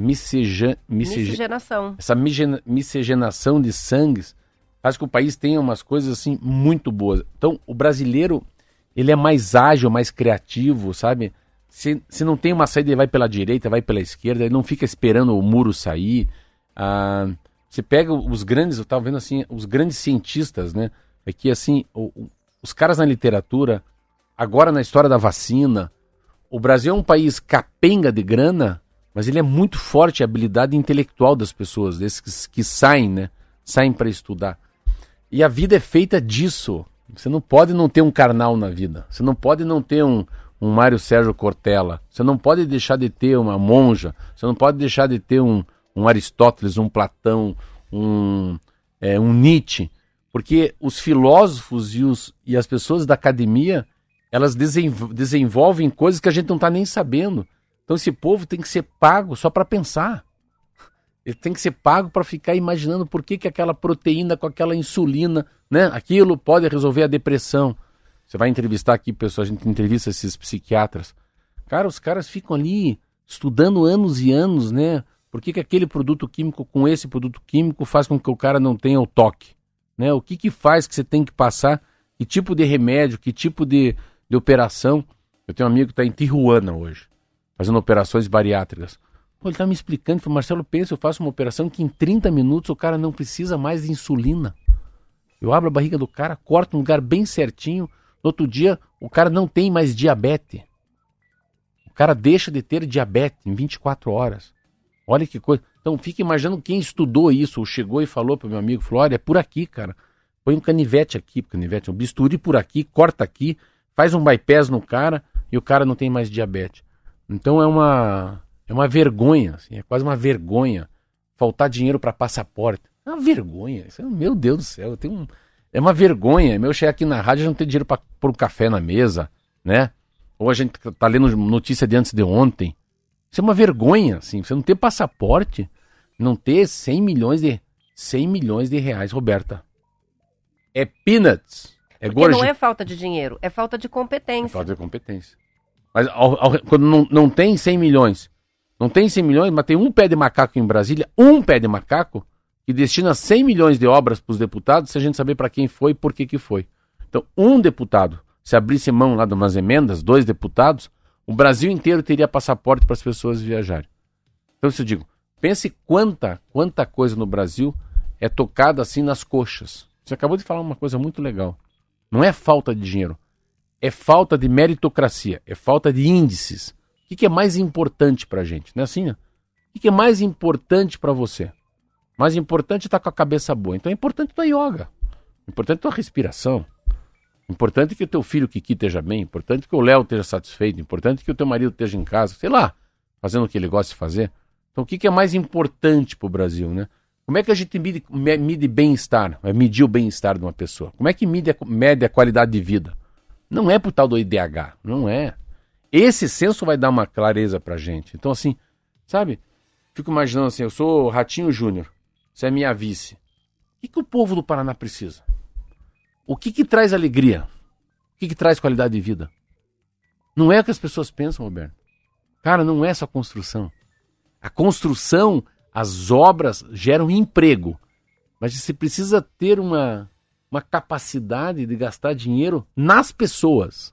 S2: Miscigenação.
S3: essa miscigenação de sangues, faz que o país tenha umas coisas assim muito boas. Então, o brasileiro, ele é mais ágil, mais criativo, sabe? Se não tem uma saída, ele vai pela direita, vai pela esquerda, ele não fica esperando o muro sair. Você pega os grandes, eu estava vendo assim, os grandes cientistas, né? É que assim, os caras na literatura, agora na história da vacina, o Brasil é um país capenga de grana, mas ele é muito forte a habilidade intelectual das pessoas, desses que saem, né? Saem para estudar. E a vida é feita disso. Você não pode não ter um Karnal na vida. Você não pode não ter um Mário Sérgio Cortella. Você não pode deixar de ter uma monja. Você não pode deixar de ter um Aristóteles, um Platão, um Nietzsche. Porque os filósofos e as pessoas da academia, elas desenvolvem coisas que a gente não está nem sabendo. Então esse povo tem que ser pago só para pensar. Ele tem que ser pago para ficar imaginando por que aquela proteína com aquela insulina, né? Aquilo pode resolver a depressão. Você vai entrevistar aqui, pessoal, a gente entrevista esses psiquiatras. Cara, os caras ficam ali estudando anos e anos, né? Por que aquele produto químico com esse produto químico faz com que o cara não tenha o toque, né? O que faz que você tem que passar, que tipo de remédio, que tipo de operação. Eu tenho um amigo que está em Tijuana hoje, fazendo operações bariátricas. Pô, ele tá me explicando, ele falou, Marcelo, pensa, eu faço uma operação que em 30 minutos o cara não precisa mais de insulina. Eu abro a barriga do cara, corto um lugar bem certinho, no outro dia o cara não tem mais diabetes. O cara deixa de ter diabetes em 24 horas. Olha que coisa. Então fica imaginando quem estudou isso, ou chegou e falou pro meu amigo, falou, olha, é por aqui, cara. Põe um canivete aqui, um bisturi por aqui, corta aqui, faz um bypass no cara e o cara não tem mais diabetes. Então é uma vergonha, assim, é quase uma vergonha faltar dinheiro para passaporte. É uma vergonha, meu Deus do céu, é uma vergonha. Meu chegar aqui na rádio não ter dinheiro para pôr um café na mesa, né? Ou a gente tá lendo notícia de antes de ontem. Isso é uma vergonha, assim, você não ter passaporte, não ter 100 milhões de reais, Roberta. É peanuts, é
S2: Porque não é falta de dinheiro, é falta de competência.
S3: É falta de competência. Mas quando não tem 100 milhões, não tem 100 milhões, mas tem um pé de macaco em Brasília, um pé de macaco, que destina 100 milhões de obras para os deputados, se a gente saber para quem foi e por que foi. Então, um deputado, se abrisse mão lá de umas emendas, 2 deputados, o Brasil inteiro teria passaporte para as pessoas viajarem. Então, se eu digo, pense quanta coisa no Brasil é tocada assim nas coxas. Você acabou de falar uma coisa muito legal. Não é falta de dinheiro, é falta de meritocracia, é falta de índices. O que é mais importante pra gente? Não é assim? Né? O que é mais importante pra você? Mais importante é estar com a cabeça boa. Então é importante tua yoga. É importante tua respiração. É importante que o teu filho Kiki esteja bem. É importante que o Léo esteja satisfeito. É importante que o teu marido esteja em casa. Sei lá, fazendo o que ele gosta de fazer. Então o que é mais importante pro Brasil, né? Como é que a gente mide bem-estar? Vai medir o bem-estar de uma pessoa. Como é que mede a qualidade de vida? Não é por tal do IDH. Não é. Esse censo vai dar uma clareza pra gente. Então, assim, sabe? Fico imaginando assim, eu sou o Ratinho Júnior, você é minha vice. O que o povo do Paraná precisa? O que traz alegria? O que traz qualidade de vida? Não é o que as pessoas pensam, Roberto. Cara, não é só construção. A construção, as obras geram emprego. Mas você precisa ter uma capacidade de gastar dinheiro nas pessoas.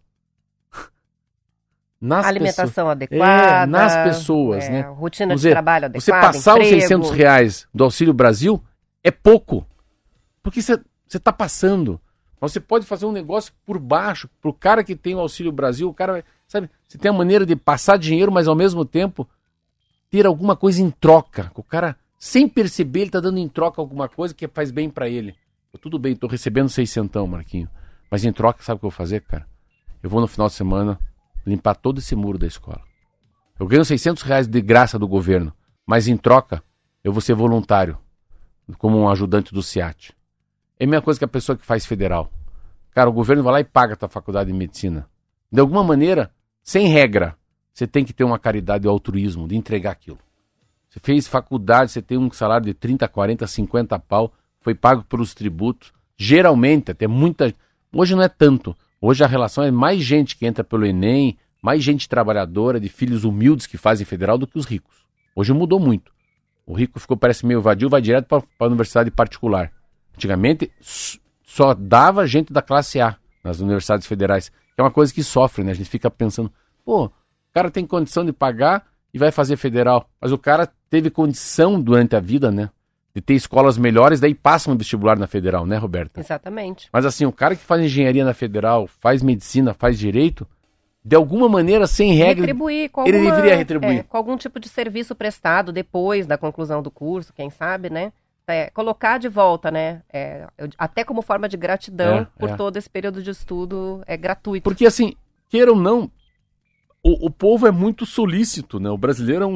S2: Alimentação adequada.
S3: Nas pessoas, né?
S2: Rotina de trabalho adequada.
S3: Você passar
S2: emprego.
S3: os 600 reais do Auxílio Brasil é pouco. Porque você está passando. Mas você pode fazer um negócio por baixo. Para o cara que tem o Auxílio Brasil, o cara vai. Sabe? Você tem a maneira de passar dinheiro, mas ao mesmo tempo ter alguma coisa em troca. O cara, sem perceber, ele está dando em troca alguma coisa que faz bem para ele. Tudo bem, estou recebendo 600, Marquinho. Mas em troca, sabe o que eu vou fazer, cara? Eu vou no final de semana limpar todo esse muro da escola. Eu ganho R$600 de graça do governo, mas em troca eu vou ser voluntário, como um ajudante do SEAT. É a mesma coisa que a pessoa que faz federal. Cara, o governo vai lá e paga a tua faculdade de medicina. De alguma maneira, sem regra, você tem que ter uma caridade e altruísmo de entregar aquilo. Você fez faculdade, você tem um salário de 30, 40, 50 pau, foi pago pelos tributos. Geralmente, até muita... Hoje não é tanto. Hoje a relação é mais gente que entra pelo Enem, mais gente trabalhadora, de filhos humildes que fazem federal do que os ricos. Hoje mudou muito. O rico ficou, parece meio vadio, vai direto para a universidade particular. Antigamente, só dava gente da classe A nas universidades federais. Que é uma coisa que sofre, né? A gente fica pensando, pô, o cara tem condição de pagar e vai fazer federal. Mas o cara teve condição durante a vida, né? De ter escolas melhores, daí passa no vestibular na federal, né, Roberta?
S2: Exatamente.
S3: Mas assim, o cara que faz engenharia na federal, faz medicina, faz direito, de alguma maneira, sem regra,
S2: Retribuir com
S3: ele
S2: alguma,
S3: deveria retribuir.
S2: com algum tipo de serviço prestado depois da conclusão do curso, quem sabe, né? Colocar de volta, né? Até como forma de gratidão por todo esse período de estudo gratuito.
S3: Porque assim, queira ou não, o povo é muito solícito, né? O brasileiro é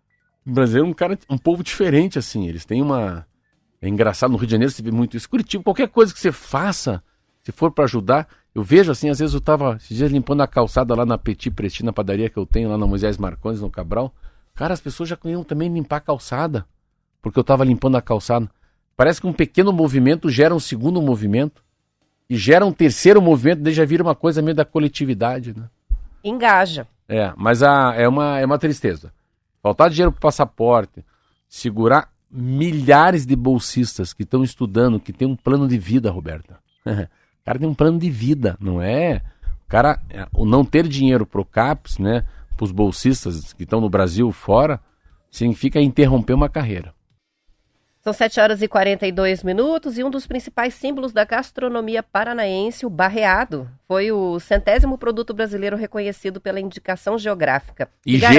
S3: um povo diferente, assim. Eles têm uma... É engraçado, no Rio de Janeiro você vê muito isso. Curitiba, qualquer coisa que você faça, se for para ajudar, eu vejo assim, às vezes eu tava esses dias limpando a calçada lá na Petit Presti, na padaria que eu tenho, lá na Moisés Marcondes, no Cabral. Cara, as pessoas já queriam também limpar a calçada, porque eu tava limpando a calçada. Parece que um pequeno movimento gera um segundo movimento, e gera um terceiro movimento, daí já vira uma coisa meio da coletividade, né?
S2: Engaja.
S3: Mas é uma tristeza. Faltar dinheiro para passaporte, segurar milhares de bolsistas que estão estudando, que tem um plano de vida, Roberta. O cara tem um plano de vida, não é? O não ter dinheiro pro CAPES, né, pros bolsistas que estão no Brasil fora, significa interromper uma carreira.
S2: São 7h42 e um dos principais símbolos da gastronomia paranaense, o barreado, foi o 100º produto brasileiro reconhecido pela indicação geográfica.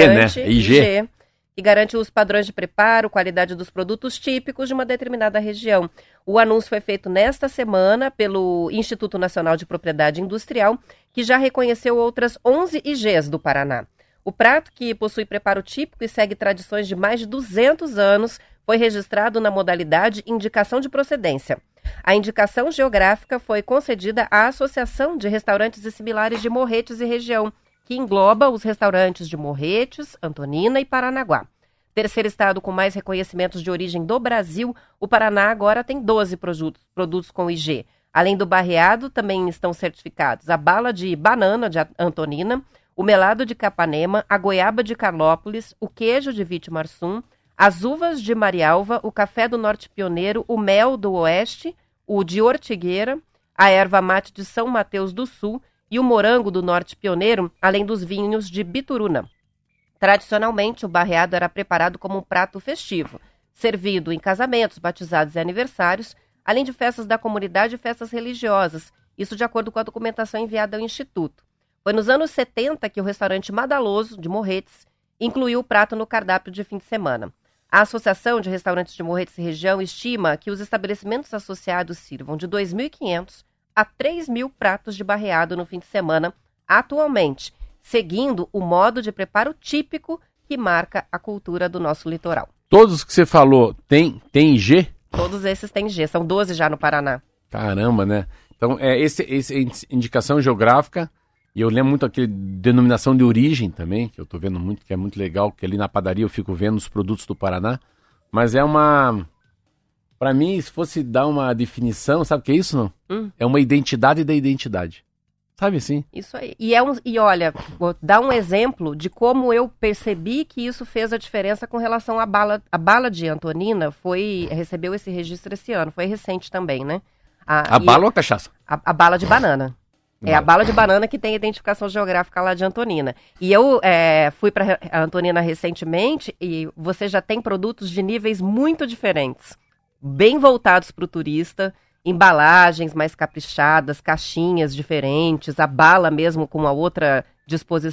S3: IG.
S2: Que garante os padrões de preparo, qualidade dos produtos típicos de uma determinada região. O anúncio foi feito nesta semana pelo Instituto Nacional de Propriedade Industrial, que já reconheceu outras 11 IGs do Paraná. O prato, que possui preparo típico e segue tradições de mais de 200 anos, foi registrado na modalidade Indicação de Procedência. A indicação geográfica foi concedida à Associação de Restaurantes e Similares de Morretes e Região, que engloba os restaurantes de Morretes, Antonina e Paranaguá. Terceiro estado com mais reconhecimentos de origem do Brasil, o Paraná agora tem 12 produtos com IG. Além do barreado, também estão certificados a bala de banana de Antonina, o melado de Capanema, a goiaba de Carlópolis, o queijo de Vitimarsum, as uvas de Marialva, o café do Norte Pioneiro, o mel do Oeste, o de Ortigueira, a erva mate de São Mateus do Sul e o morango do Norte Pioneiro, além dos vinhos de Bituruna. Tradicionalmente, o barreado era preparado como um prato festivo, servido em casamentos, batizados e aniversários, além de festas da comunidade e festas religiosas, isso de acordo com a documentação enviada ao Instituto. Foi nos anos 70 que o restaurante Madaloso, de Morretes, incluiu o prato no cardápio de fim de semana. A Associação de Restaurantes de Morretes e Região estima que os estabelecimentos associados sirvam de 2.500 a 3.000 pratos de barreado no fim de semana, atualmente, seguindo o modo de preparo típico que marca a cultura do nosso litoral.
S3: Todos que você falou tem IG?
S2: Todos esses têm IG, são 12 já no Paraná.
S3: Caramba, né? Então, esse indicação geográfica, e eu lembro muito aquele denominação de origem também, que eu tô vendo muito, que é muito legal, que ali na padaria eu fico vendo os produtos do Paraná, mas é uma... Para mim, se fosse dar uma definição, sabe o que é isso, não? É uma identidade da identidade. Sabe assim?
S2: Isso aí. E olha, vou dar um exemplo de como eu percebi que isso fez a diferença com relação à bala. A bala de Antonina recebeu esse registro esse ano, foi recente também, né?
S3: A bala ou a cachaça?
S2: A bala de banana. É a bala de banana que tem identificação geográfica lá de Antonina. E eu fui para Antonina recentemente e você já tem produtos de níveis muito diferentes. Bem voltados para o turista, embalagens mais caprichadas, caixinhas diferentes, a bala mesmo com uma outra disposição.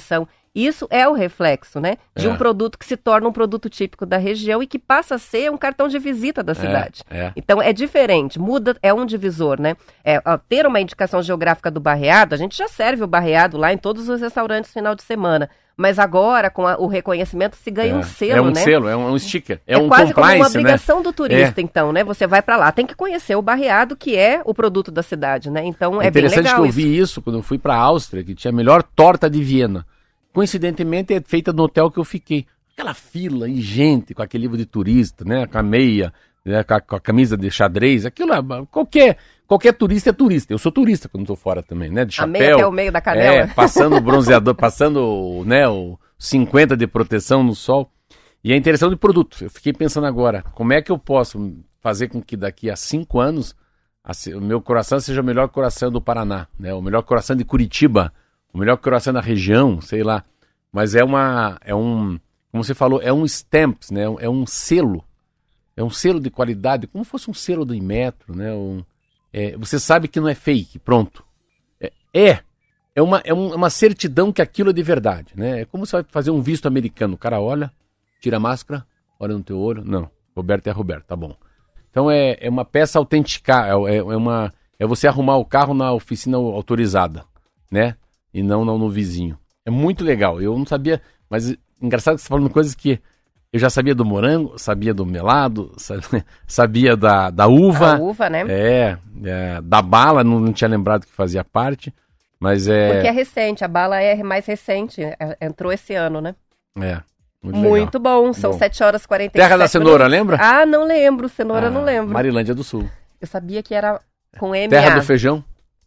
S2: Isso é o reflexo, né? De um produto que se torna um produto típico da região e que passa a ser um cartão de visita da cidade. Então é diferente, muda, é um divisor, né? Ter uma indicação geográfica do barreado, a gente já serve o barreado lá em todos os restaurantes final de semana. Mas agora, com o reconhecimento, se ganha um selo, né?
S3: Selo, é um sticker, é um
S2: quase como uma
S3: compliance,
S2: obrigação do turista, então, né? Você vai pra lá, tem que conhecer o barreado, que é o produto da cidade, né? Então é bem legal.
S3: Interessante que eu vi isso quando eu fui pra Áustria, que tinha a melhor torta de Viena. Coincidentemente é feita no hotel que eu fiquei. Aquela fila e gente com aquele livro de turista, né? Com a meia, né? Com a camisa de xadrez, aquilo é qualquer turista é turista. Eu sou turista quando estou fora também, né? De chapéu.
S2: A meia até o meio da canela.
S3: Passando o bronzeador, passando, né, o 50 de proteção no sol. E a interessante do produto. Eu fiquei pensando agora, como é que eu posso fazer com que daqui a 5 anos o meu coração seja o melhor coração do Paraná, né? O melhor coração de Curitiba, o melhor coração da região, sei lá. Mas como você falou, é um stamp, né? É um selo. É um selo de qualidade, como fosse um selo do Inmetro, né? Você sabe que não é fake, pronto. É uma certidão que aquilo é de verdade, né? É como você vai fazer um visto americano. O cara olha, tira a máscara, olha no teu olho. Não, Roberto é Roberto, tá bom. Então é uma peça autenticar, é você arrumar o carro na oficina autorizada, né? E não no vizinho. É muito legal, eu não sabia, mas engraçado que você tá falando coisas que eu já sabia do morango, sabia do melado, sabia da uva.
S2: A uva, né?
S3: Da bala, não tinha lembrado que fazia parte, mas
S2: Porque é recente, a bala é mais recente, entrou esse ano, né?
S3: Muito
S2: bom, são 7h47.
S3: Terra da Cenoura, lembra?
S2: Ah, não lembro, Cenoura não lembro.
S3: Marilândia do Sul.
S2: Eu sabia que era com M.
S3: Terra do Feijão.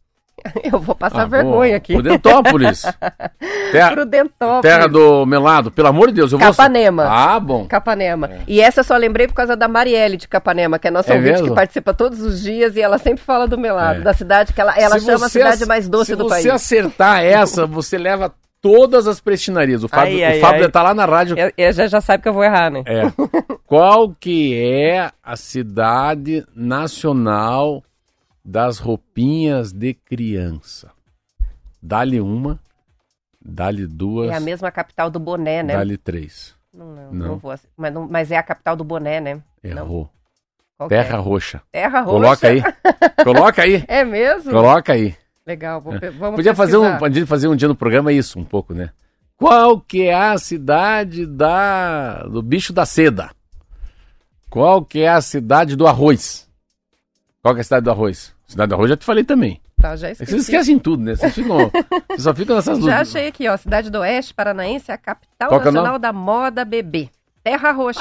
S2: Eu vou passar vergonha aqui.
S3: Prudentópolis.
S2: Prudentópolis.
S3: Terra do melado, pelo amor de Deus.
S2: Capanema.
S3: Bom.
S2: Capanema. E essa eu só lembrei por causa da Marielle de Capanema, que é nossa ouvinte
S3: mesmo?
S2: que participa todos os dias e ela sempre fala do melado, da cidade que ela chama a cidade mais doce do país.
S3: Se você acertar essa, você leva todas as prestinarias. O Fábio tá lá na rádio.
S2: Eu já sabe que eu vou errar, né?
S3: Qual que é a cidade nacional das roupinhas de criança? Dá-lhe uma, dá-lhe duas.
S2: É a mesma capital do boné, né?
S3: Dá-lhe 3.
S2: Não vou. Mas é a capital do boné, né?
S3: Errou.
S2: Terra
S3: Roxa.
S2: Terra Roxa.
S3: Coloca aí. Coloca aí.
S2: É mesmo?
S3: Coloca aí.
S2: Legal, vamos
S3: Podia fazer um dia no programa isso, um pouco, né? Qual que é a cidade do bicho da seda? Qual que é a cidade do arroz? Qual que é a cidade do arroz? Cidade do arroz já te falei também.
S2: Tá, já esqueci.
S3: Vocês esquecem tudo, né? Vocês só ficam nessas dúvidas.
S2: Já achei aqui, ó. Cidade do Oeste Paranaense, a capital nacional da moda bebê. Terra Roxa.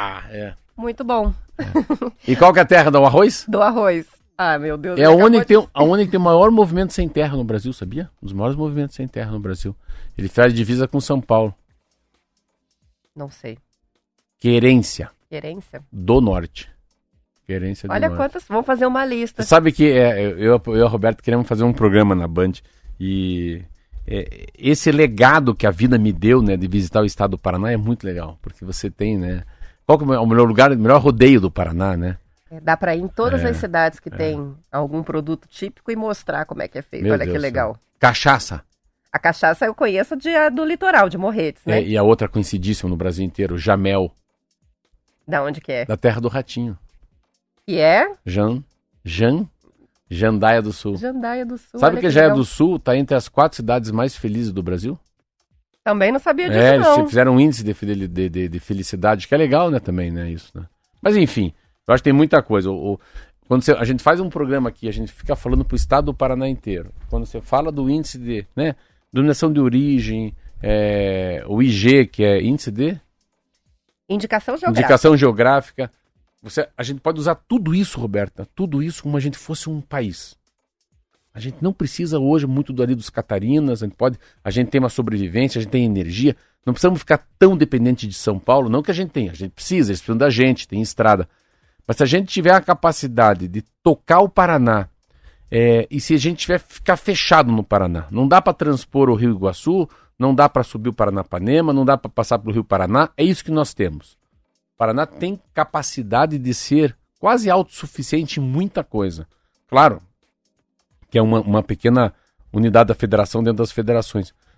S2: Muito bom.
S3: E qual que é a terra do arroz?
S2: Do arroz. Ah, meu Deus.
S3: É aonde que tem o maior movimento sem terra no Brasil, sabia? Um dos maiores movimentos sem terra no Brasil. Ele faz divisa com São Paulo.
S2: Não sei.
S3: Querência. Do Norte. Querência do
S2: Olha
S3: Norte.
S2: quantas. Vamos fazer uma lista.
S3: Você sabe que eu e o Roberto queremos fazer um programa na Band. E esse legado que a vida me deu, né, de visitar o estado do Paraná é muito legal. Porque você tem, né? Qual que é o melhor lugar, o melhor rodeio do Paraná, né?
S2: Dá pra ir em todas as cidades que tem algum produto típico e mostrar como é que é feito. Olha que legal.
S3: Cachaça.
S2: A cachaça eu conheço do litoral, de Morretes, né?
S3: E a outra conhecidíssima no Brasil inteiro, Jamel.
S2: Da onde que é?
S3: Da terra do Ratinho.
S2: E é?
S3: Jandaia do Sul.
S2: Jandaia do Sul.
S3: Sabe que Jandaia do Sul está entre as 4 cidades mais felizes do Brasil?
S2: Também não sabia disso, não.
S3: Eles fizeram um índice de felicidade, que é legal, né, também, né, isso, né? Mas, enfim, eu acho que tem muita coisa. Quando a gente faz um programa aqui, a gente fica falando pro estado do Paraná inteiro. Quando você fala do índice de, né, denominação de origem, o IG, que é índice de... Indicação geográfica. A gente pode usar tudo isso, Roberta, tudo isso como a gente fosse um país. A gente não precisa hoje muito ali dos Catarinas, a gente tem uma sobrevivência, a gente tem energia, não precisamos ficar tão dependente de São Paulo, não que a gente tenha, a gente precisa, eles precisam da gente, tem estrada. Mas se a gente tiver a capacidade de tocar o Paraná, e se a gente tiver ficar fechado no Paraná, não dá para transpor o Rio Iguaçu, não dá para subir o Paranapanema, não dá para passar pelo Rio Paraná, é isso que nós temos. O Paraná tem capacidade de ser quase autossuficiente em muita coisa. Claro que é uma pequena unidade da federação dentro das federações.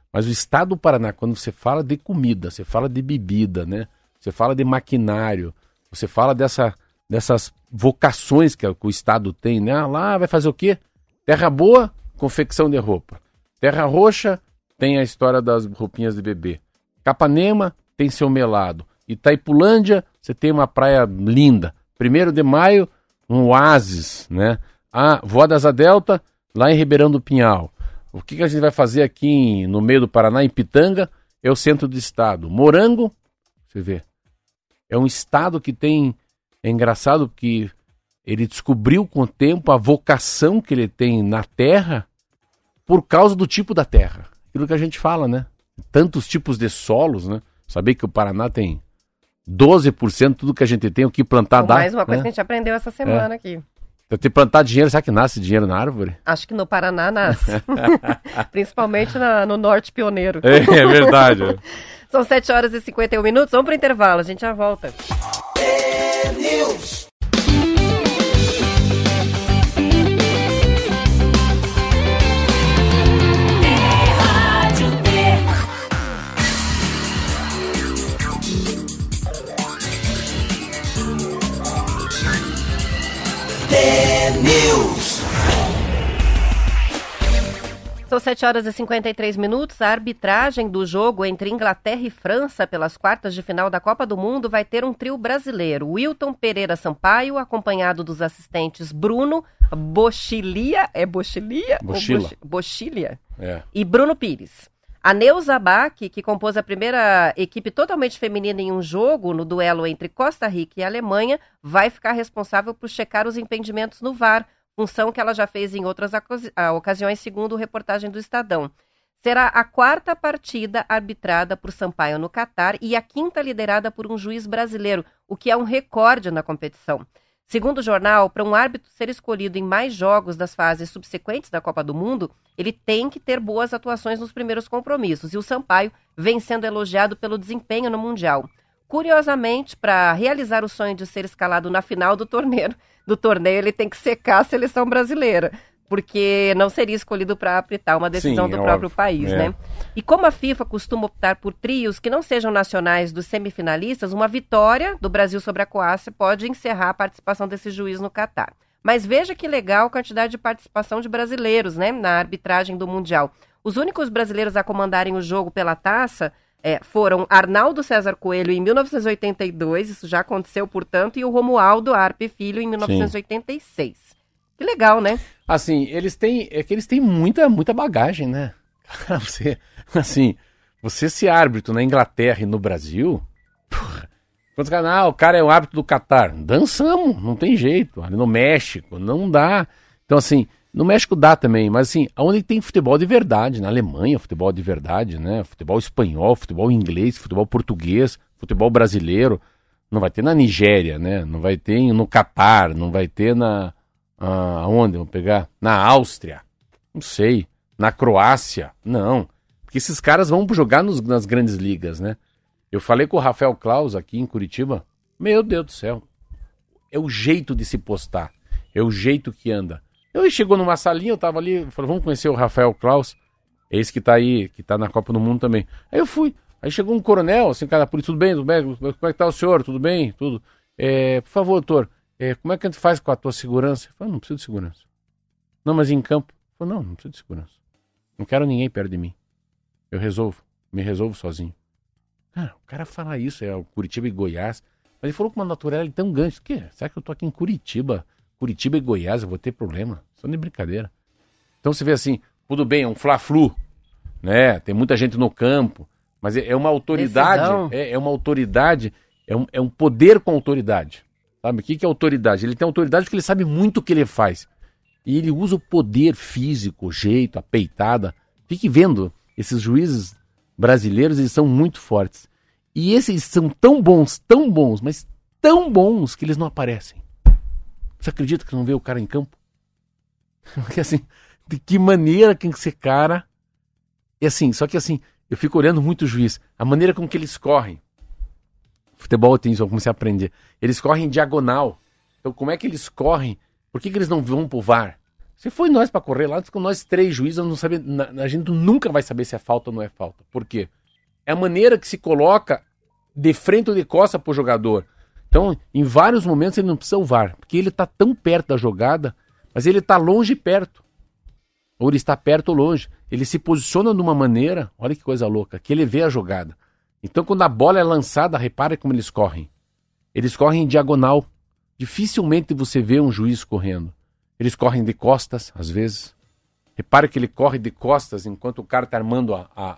S3: Mas o estado do Paraná, quando você fala de comida, você fala de bebida, né? Você fala de maquinário, você fala dessas vocações que o estado tem, né? Ah, lá vai fazer o quê? Terra boa, confecção de roupa. Terra roxa, tem a história das roupinhas de bebê. Capanema, tem seu melado. Itaipulândia, você tem uma praia linda. 1º de Maio, um oásis, né? Ah, Voa da Asa Delta, lá em Ribeirão do Pinhal. O que a gente vai fazer aqui no meio do Paraná, em Pitanga, é o centro do estado. Morango, você vê, é um estado que tem... É engraçado que ele descobriu com o tempo a vocação que ele tem na terra por causa do tipo da terra. Aquilo que a gente fala, né? Tantos tipos de solos, né? Saber que o Paraná tem 12% de tudo que a gente tem, o que plantar dá.
S2: Mais uma coisa
S3: né?
S2: que a gente aprendeu essa semana aqui.
S3: Então, ter plantar dinheiro, será que nasce dinheiro na árvore?
S2: Acho que no Paraná nasce. Principalmente no Norte Pioneiro.
S3: É verdade.
S2: São 7h51. Vamos para o intervalo, a gente já volta.
S1: News. News.
S2: São 7h53. A arbitragem do jogo entre Inglaterra e França pelas quartas de final da Copa do Mundo vai ter um trio brasileiro. Wilton Pereira Sampaio, acompanhado dos assistentes Bruno Bochilia. É Bochilia?
S3: Bochila.
S2: Bochilia.
S3: É.
S2: E Bruno Pires. A Neuza Bach, que compôs a primeira equipe totalmente feminina em um jogo, no duelo entre Costa Rica e Alemanha, vai ficar responsável por checar os impedimentos no VAR, função que ela já fez em outras ocasiões, segundo reportagem do Estadão. Será a 4ª partida arbitrada por Sampaio no Catar e a 5ª liderada por um juiz brasileiro, o que é um recorde na competição. Segundo o jornal, para um árbitro ser escolhido em mais jogos das fases subsequentes da Copa do Mundo, ele tem que ter boas atuações nos primeiros compromissos, e o Sampaio vem sendo elogiado pelo desempenho no Mundial. Curiosamente, para realizar o sonho de ser escalado na final do torneio, ele tem que secar a seleção brasileira, porque não seria escolhido para apitar uma decisão do próprio país, né? E como a FIFA costuma optar por trios que não sejam nacionais dos semifinalistas, uma vitória do Brasil sobre a Croácia pode encerrar a participação desse juiz no Catar. Mas veja que legal a quantidade de participação de brasileiros, né, na arbitragem do Mundial. Os únicos brasileiros a comandarem o jogo pela taça foram Arnaldo César Coelho em 1982, isso já aconteceu, portanto, e o Romualdo Arpe Filho em 1986. Sim. Que legal, né?
S3: Assim, eles têm muita bagagem, né? Você ser árbitro na Inglaterra e no Brasil, porra, o cara é o árbitro do Catar, dançamos, não tem jeito. Ali no México, não dá. Então, assim, no México dá também, mas assim, onde tem futebol de verdade, na Alemanha, futebol de verdade, né? Futebol espanhol, futebol inglês, futebol português, futebol brasileiro, não vai ter na Nigéria, né? Não vai ter no Catar, não vai ter aonde? Vamos pegar? Na Áustria, não sei, na Croácia, não. Porque esses caras vão jogar nas grandes ligas, né? Eu falei com o Rafael Claus aqui em Curitiba, meu Deus do céu, é o jeito de se postar, é o jeito que anda. Ele chegou numa salinha, eu tava ali, falou, vamos conhecer o Rafael Claus, esse que tá aí, que tá na Copa do Mundo também. Aí eu fui, aí chegou um coronel, assim, cara, por isso, tudo bem, como é que tá o senhor, tudo bem, tudo. Por favor, doutor, como é que a gente faz com a tua segurança? Eu falei, não preciso de segurança. Não, mas em campo? Eu falei, não preciso de segurança. Não quero ninguém perto de mim. Eu me resolvo sozinho. Cara, o cara fala isso, é o Curitiba e Goiás, mas ele falou com uma naturalidade tão grande, que será que eu tô aqui em Curitiba e Goiás, eu vou ter problema? Só de brincadeira. Então você vê assim, tudo bem, é um fla-flu, né? Tem muita gente no campo, mas é uma autoridade, é uma autoridade, é um poder com autoridade. Sabe? O que é autoridade? Ele tem autoridade porque ele sabe muito o que ele faz. E ele usa o poder físico, o jeito, a peitada. Fique vendo, esses juízes brasileiros, eles são muito fortes. E esses são tão bons, mas tão bons que eles não aparecem. Você acredita que não vê o cara em campo? Porque assim, de que maneira que esse cara... E assim, só que assim, eu fico olhando muito o juiz, a maneira com que eles correm. Futebol tem isso, eu comecei a aprender. Eles correm em diagonal. Então como é que eles correm? Por que eles não vão pro VAR? Se foi nós pra correr lá, com nós 3 juízes, a gente nunca vai saber se é falta ou não é falta. Por quê? É a maneira que se coloca de frente ou de costa pro jogador. Então, em vários momentos ele não precisa o VAR, porque ele tá tão perto da jogada, mas ele tá longe e perto. Ou ele está perto ou longe. Ele se posiciona de uma maneira, olha que coisa louca, que ele vê a jogada. Então, quando a bola é lançada, repare como eles correm. Eles correm em diagonal. Dificilmente você vê um juiz correndo. Eles correm de costas, às vezes. Repare que ele corre de costas enquanto o cara está armando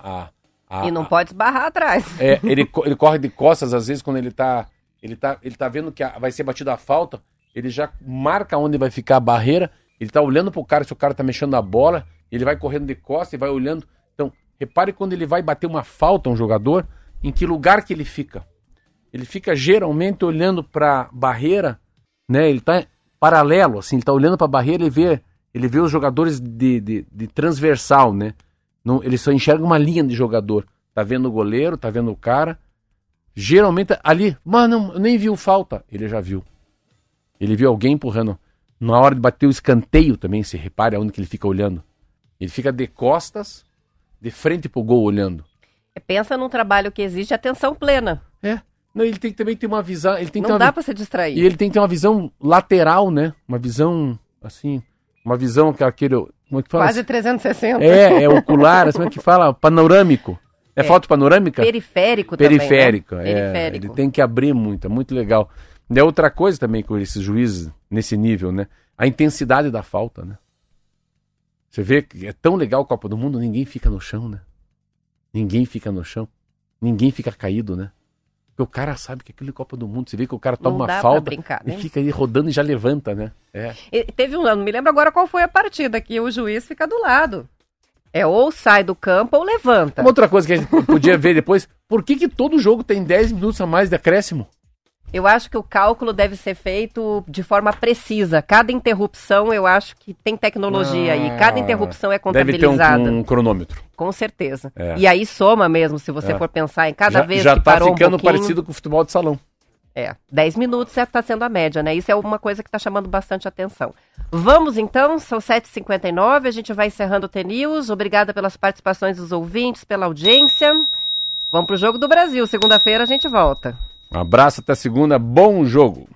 S2: E não pode esbarrar atrás.
S3: ele corre de costas, às vezes, quando ele tá vendo que vai ser batida a falta, ele já marca onde vai ficar a barreira, ele tá olhando pro cara, se o cara tá mexendo a bola, ele vai correndo de costas e vai olhando. Então, repare quando ele vai bater uma falta, um jogador, em que lugar que ele fica. Ele fica geralmente olhando pra barreira, né? Ele tá paralelo, assim, ele tá olhando pra barreira e ele vê os jogadores de transversal, né? Não, ele só enxerga uma linha de jogador. Tá vendo o goleiro, tá vendo o cara. Geralmente ali, mano, eu nem viu falta. Ele já viu. Ele viu alguém empurrando. Na hora de bater o escanteio também, se repare aonde que ele fica olhando. Ele fica de costas, de frente pro gol olhando.
S2: Pensa num trabalho que exige atenção plena.
S3: Não, ele tem que também ter uma visão. Ele tem que
S2: Não dá pra se distrair.
S3: E ele tem que ter uma visão lateral, né? Uma visão, assim, uma visão que aquele... Como é que fala?
S2: Quase 360.
S3: É ocular, assim, como é que fala? Panorâmico. É foto panorâmica?
S2: Periférico
S3: Periférico,
S2: também, né? Periférico.
S3: Ele tem que abrir muito, é muito legal. E é outra coisa também com esses juízes nesse nível, né? A intensidade da falta, né? Você vê que é tão legal a Copa do Mundo, ninguém fica no chão, né? Ninguém fica no chão. Ninguém fica caído, né? Porque o cara sabe que aquilo é Copa do Mundo. Você vê que o cara toma uma falta
S2: brincar,
S3: e
S2: né?
S3: fica aí rodando e já levanta, né?
S2: E teve não me lembro agora qual foi a partida, que o juiz fica do lado. Ou sai do campo ou levanta.
S3: Uma outra coisa que a gente podia ver depois, por que todo jogo tem 10 minutos a mais de acréscimo?
S2: Eu acho que o cálculo deve ser feito de forma precisa. Cada interrupção, eu acho que tem tecnologia aí. Cada interrupção é contabilizada.
S3: Deve ter um cronômetro.
S2: Com certeza. E aí soma mesmo, se você for pensar em cada vez
S3: já
S2: que
S3: tá
S2: parou
S3: ficando
S2: um pouquinho.
S3: parecido com o futebol de salão.
S2: 10 minutos está sendo a média, né? Isso é uma coisa que está chamando bastante atenção. Vamos então, são 7h59, a gente vai encerrando o T-News. Obrigada pelas participações dos ouvintes, pela audiência. Vamos pro Jogo do Brasil, segunda-feira a gente volta.
S3: Um abraço, até segunda, bom jogo!